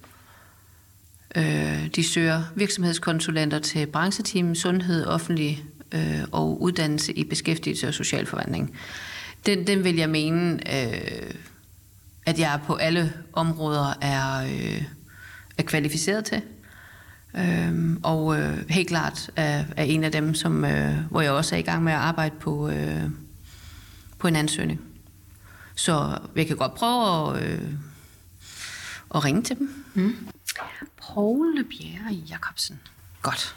De søger virksomhedskonsulenter til brancheteam, sundhed, offentlig og uddannelse i beskæftigelse og socialforvaltning. Den vil jeg mene, at jeg på alle områder er kvalificeret til. Og helt klart er en af dem, hvor jeg også er i gang med at arbejde på en ansøgning. Så jeg kan godt prøve at ringe til dem. Poul Bjerre Jacobsen. Godt.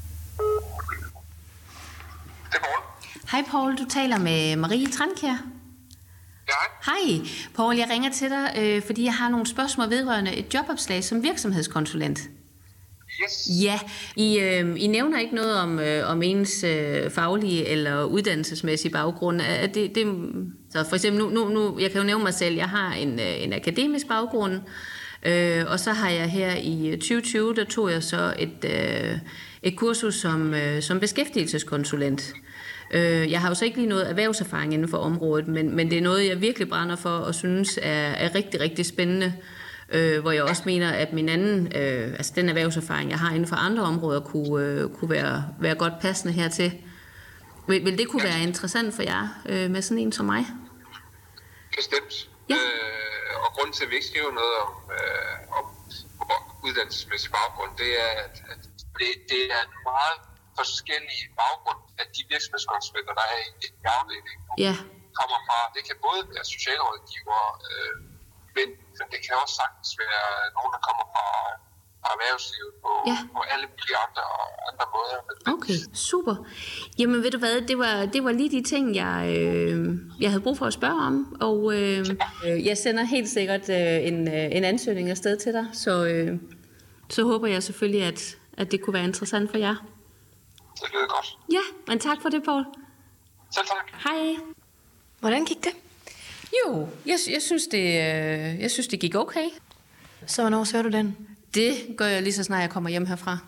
Det er Poul. Hej Poul, du taler med Marie Trankjær. Ja. Hej Poul, jeg ringer til dig, fordi jeg har nogle spørgsmål vedrørende et jobopslag som virksomhedskonsulent. Yes. Ja, I nævner ikke noget om ens faglige eller uddannelsesmæssige baggrund. Så for eksempel nu, jeg kan jo nævne mig selv, jeg har en akademisk baggrund, og så har jeg her i 2020, der tog jeg så et kursus som beskæftigelseskonsulent. Jeg har jo så ikke lige noget erhvervserfaring inden for området, men det er noget, jeg virkelig brænder for og synes er rigtig, rigtig spændende. Hvor jeg også mener, at min anden, altså den erhvervserfaring, jeg har inden for andre områder, kunne være godt passende hertil. Vil det kunne være interessant for jer med sådan en som mig? Bestemt. Ja. Og grunden til, at vi ikke skriver noget om uddannelsesmæssig baggrund, det er, at det er en meget forskellig baggrund, at de virksomhedskonsulenter, der er i afdelingen, kommer fra. Det kan både være socialrådgiver, men det kan også sagtens være nogen, der kommer fra erhvervslivet på alle mulige andre måder. Okay, super. Jamen ved du hvad, det var lige de ting, jeg havde brug for at spørge om, og jeg sender helt sikkert en ansøgning afsted til dig, så håber jeg selvfølgelig, at det kunne være interessant for jer. Det lyder godt. Ja, men tak for det, Poul. Selv tak. Hej. Hvordan gik det? Jo, jeg synes, det gik okay. Så hvornår søger du den? Det gør jeg lige så snart jeg kommer hjem herfra.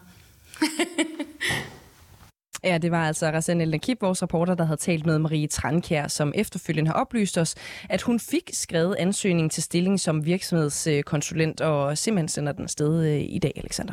Ja, det var altså Rasen El Nakib, vores reporter, der havde talt med Marie Trankjær, som efterfølgende har oplyst os, at hun fik skrevet ansøgning til stilling som virksomhedskonsulent, og simpelthen sender den afsted i dag, Alexander.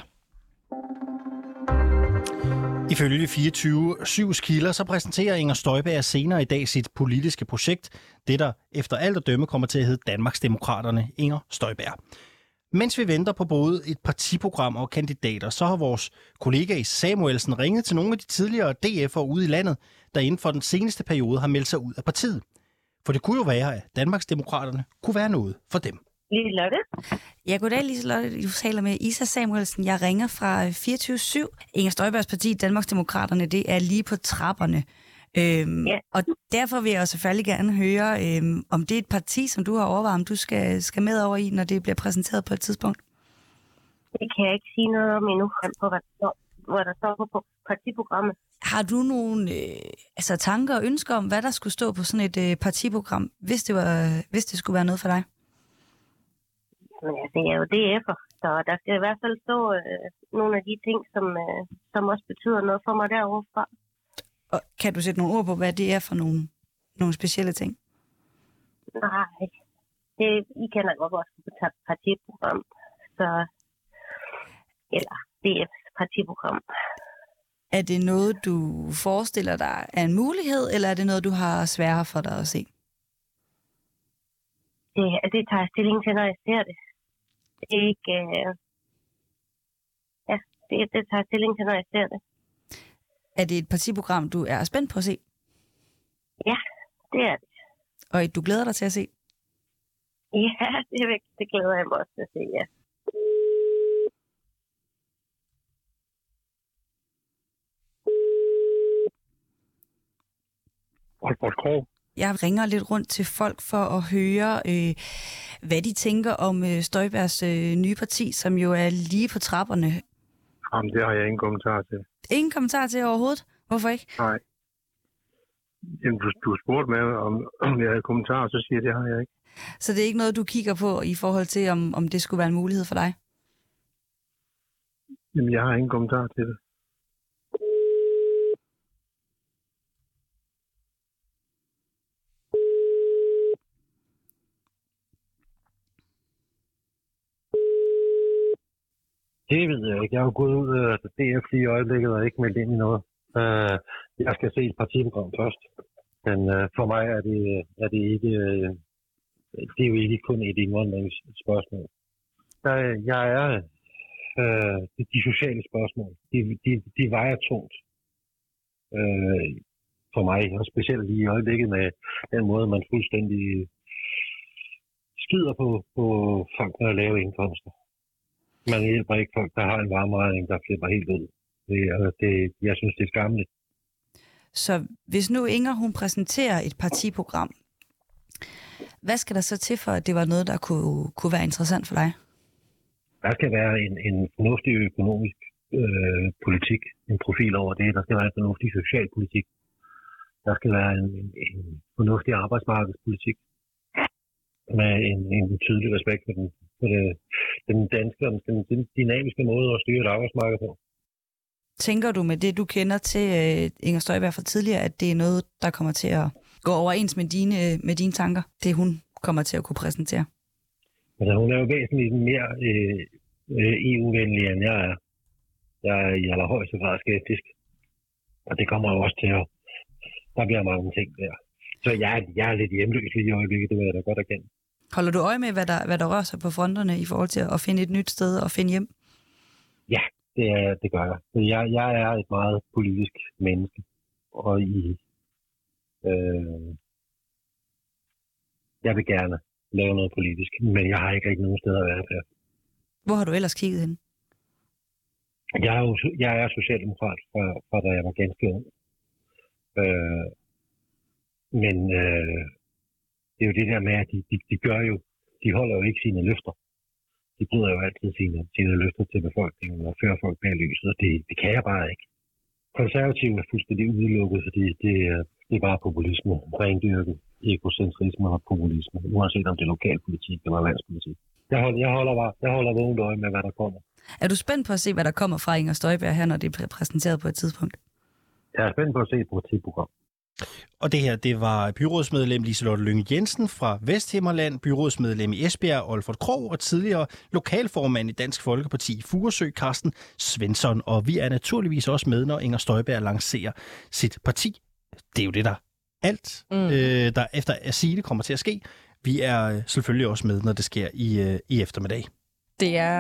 Ifølge 24/7's kilder, så præsenterer Inger Støjberg senere i dag sit politiske projekt, det der efter alt at dømme kommer til at hedde Danmarksdemokraterne Inger Støjberg. Mens vi venter på både et partiprogram og kandidater, så har vores kollega i Samuelsen ringet til nogle af de tidligere DF'ere ude i landet, der inden for den seneste periode har meldt sig ud af partiet. For det kunne jo være, at Danmarksdemokraterne kunne være noget for dem. Liselotte. Ja, goddag Liselotte. Du taler med Isa Samuelsen. Jeg ringer fra 24/7. Inger Støjbergs parti, Danmarksdemokraterne, det er lige på trapperne. Og derfor vil jeg selvfølgelig gerne høre, om det er et parti, som du har overvejet, om du skal med over i, når det bliver præsenteret på et tidspunkt. Det kan jeg ikke sige noget om endnu, på hvad der står på partiprogrammet. Har du nogle tanker og ønsker om, hvad der skulle stå på sådan et partiprogram, hvis det skulle være noget for dig? Men det er jo DF'er, så der skal i hvert fald stå nogle af de ting, som også betyder noget for mig derovre fra. Og kan du sætte nogle ord på, hvad det er for nogle specielle ting? Nej, I kender godt vores partiprogram, eller DF's partiprogram. Er det noget, du forestiller dig er en mulighed, eller er det noget, du har sværere for dig at se? Det tager jeg stilling til, når jeg ser det. Det er ikke... det tager jeg stilling til, når jeg ser det. Er det et partiprogram, du er spændt på at se? Ja, det er det. Og du glæder dig til at se? Ja, det glæder jeg mig også til at se, ja. Jeg ringer lidt rundt til folk for at høre, hvad de tænker om Støjbergs nye parti, som jo er lige på trapperne. Jamen, det har jeg ingen kommentar til. Ingen kommentar til overhovedet? Hvorfor ikke? Nej. Jamen, du spurgte mig, om jeg havde kommentarer, så siger jeg, det har jeg ikke. Så det er ikke noget, du kigger på i forhold til, om det skulle være en mulighed for dig? Jamen, jeg har ingen kommentar til det. Det ved jeg ikke. Jeg har jo gået ud af DF i øjeblikket og ikke meldt ind i noget. Jeg skal se et partiprogram først. Men for mig er det ikke... det er jo ikke kun et indvandringsspørgsmål. Jeg er... de sociale spørgsmål, de vejer tungt for mig. Og specielt lige i øjeblikket med den måde, man fuldstændig skider på folk, der har lave indkomster. Man hjælper ikke folk, der har en varmeregning, der flipper helt ud. Jeg synes, det er skamligt. Så hvis nu Inger, hun præsenterer et partiprogram, hvad skal der så til for, at det var noget, der kunne være interessant for dig? Der skal være en fornuftig økonomisk politik, en profil over det. Der skal være en fornuftig socialpolitik. Der skal være en fornuftig arbejdsmarkedspolitik med en tydelig respekt for den danske og den dynamiske måde at styre et arbejdsmarked på. Tænker du med det, du kender til Inger Støjberg fra tidligere, at det er noget, der kommer til at gå overens med dine tanker, det hun kommer til at kunne præsentere? Altså, hun er jo væsentligt mere EU-venlig, end jeg er. Jeg er i allerhøjeste grad skeptisk. Og det kommer jo også til at... Der bliver mange ting der. Så jeg er lidt hjemløs lige i øjeblikket, det vil jeg da godt erkende. Holder du øje med, hvad der rører sig på fronterne i forhold til at finde et nyt sted og finde hjem? Ja, det gør jeg. Jeg er et meget politisk menneske. Og jeg vil gerne lave noget politisk, men jeg har ikke rigtig nogen steder at være der. Hvor har du ellers kigget hen? Jeg er socialdemokrat fra da jeg var ganske ung. Men det er jo det der med, at de holder jo ikke sine løfter. De bryder jo altid sine løfter til befolkningen og fører folk bag lyset, og det kan jeg bare ikke. Konservative er fuldstændig udelukket, fordi det er bare populisme, rendyrket egocentrisme og populisme, uanset om det er lokalpolitik eller landspolitik. Jeg holder vågent øje med, hvad der kommer. Er du spændt på at se, hvad der kommer fra Inger Støjberg her, når det er præsenteret på et tidspunkt? Jeg er spændt på at se et partiprogram. Og det her, det var byrådsmedlem Liselotte Lynge Jensen fra Vesthimmerland, byrådsmedlem i Esbjerg, Olfert Krog, og tidligere lokalformand i Dansk Folkeparti i Furesø, Carsten Svensson. Og vi er naturligvis også med, når Inger Støjberg lancerer sit parti. Det er jo det, der alt, der efter at sige det kommer til at ske. Vi er selvfølgelig også med, når det sker i eftermiddag. Det er...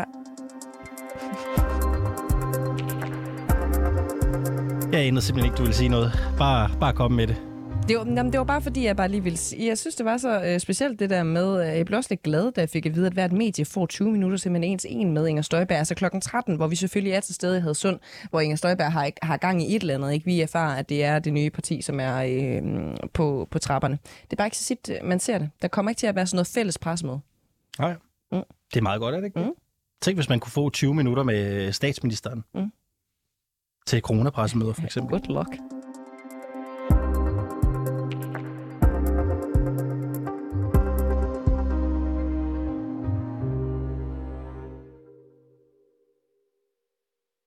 Jeg anede simpelthen ikke, du ville sige noget. Bare kom med det. Det var bare fordi, jeg bare lige ville sige, jeg synes, det var så specielt det der med, jeg blev også lidt glad, da jeg fik at vide, at hvert medie får 20 minutter simpelthen ens en med Inger Støjberg. Altså klokken 13, hvor vi selvfølgelig er til stede i Hadsund, hvor Inger Støjberg har gang i et eller andet. Ikke? Vi erfarer, at det er det nye parti, som er på trapperne. Det er bare ikke så tit, man ser det. Der kommer ikke til at være sådan noget fælles pressemøde. Nej. Det er meget godt, er det ikke? Tænk, hvis man kunne få 20 minutter med statsministeren. Til coronapressemøder, for eksempel. Good luck.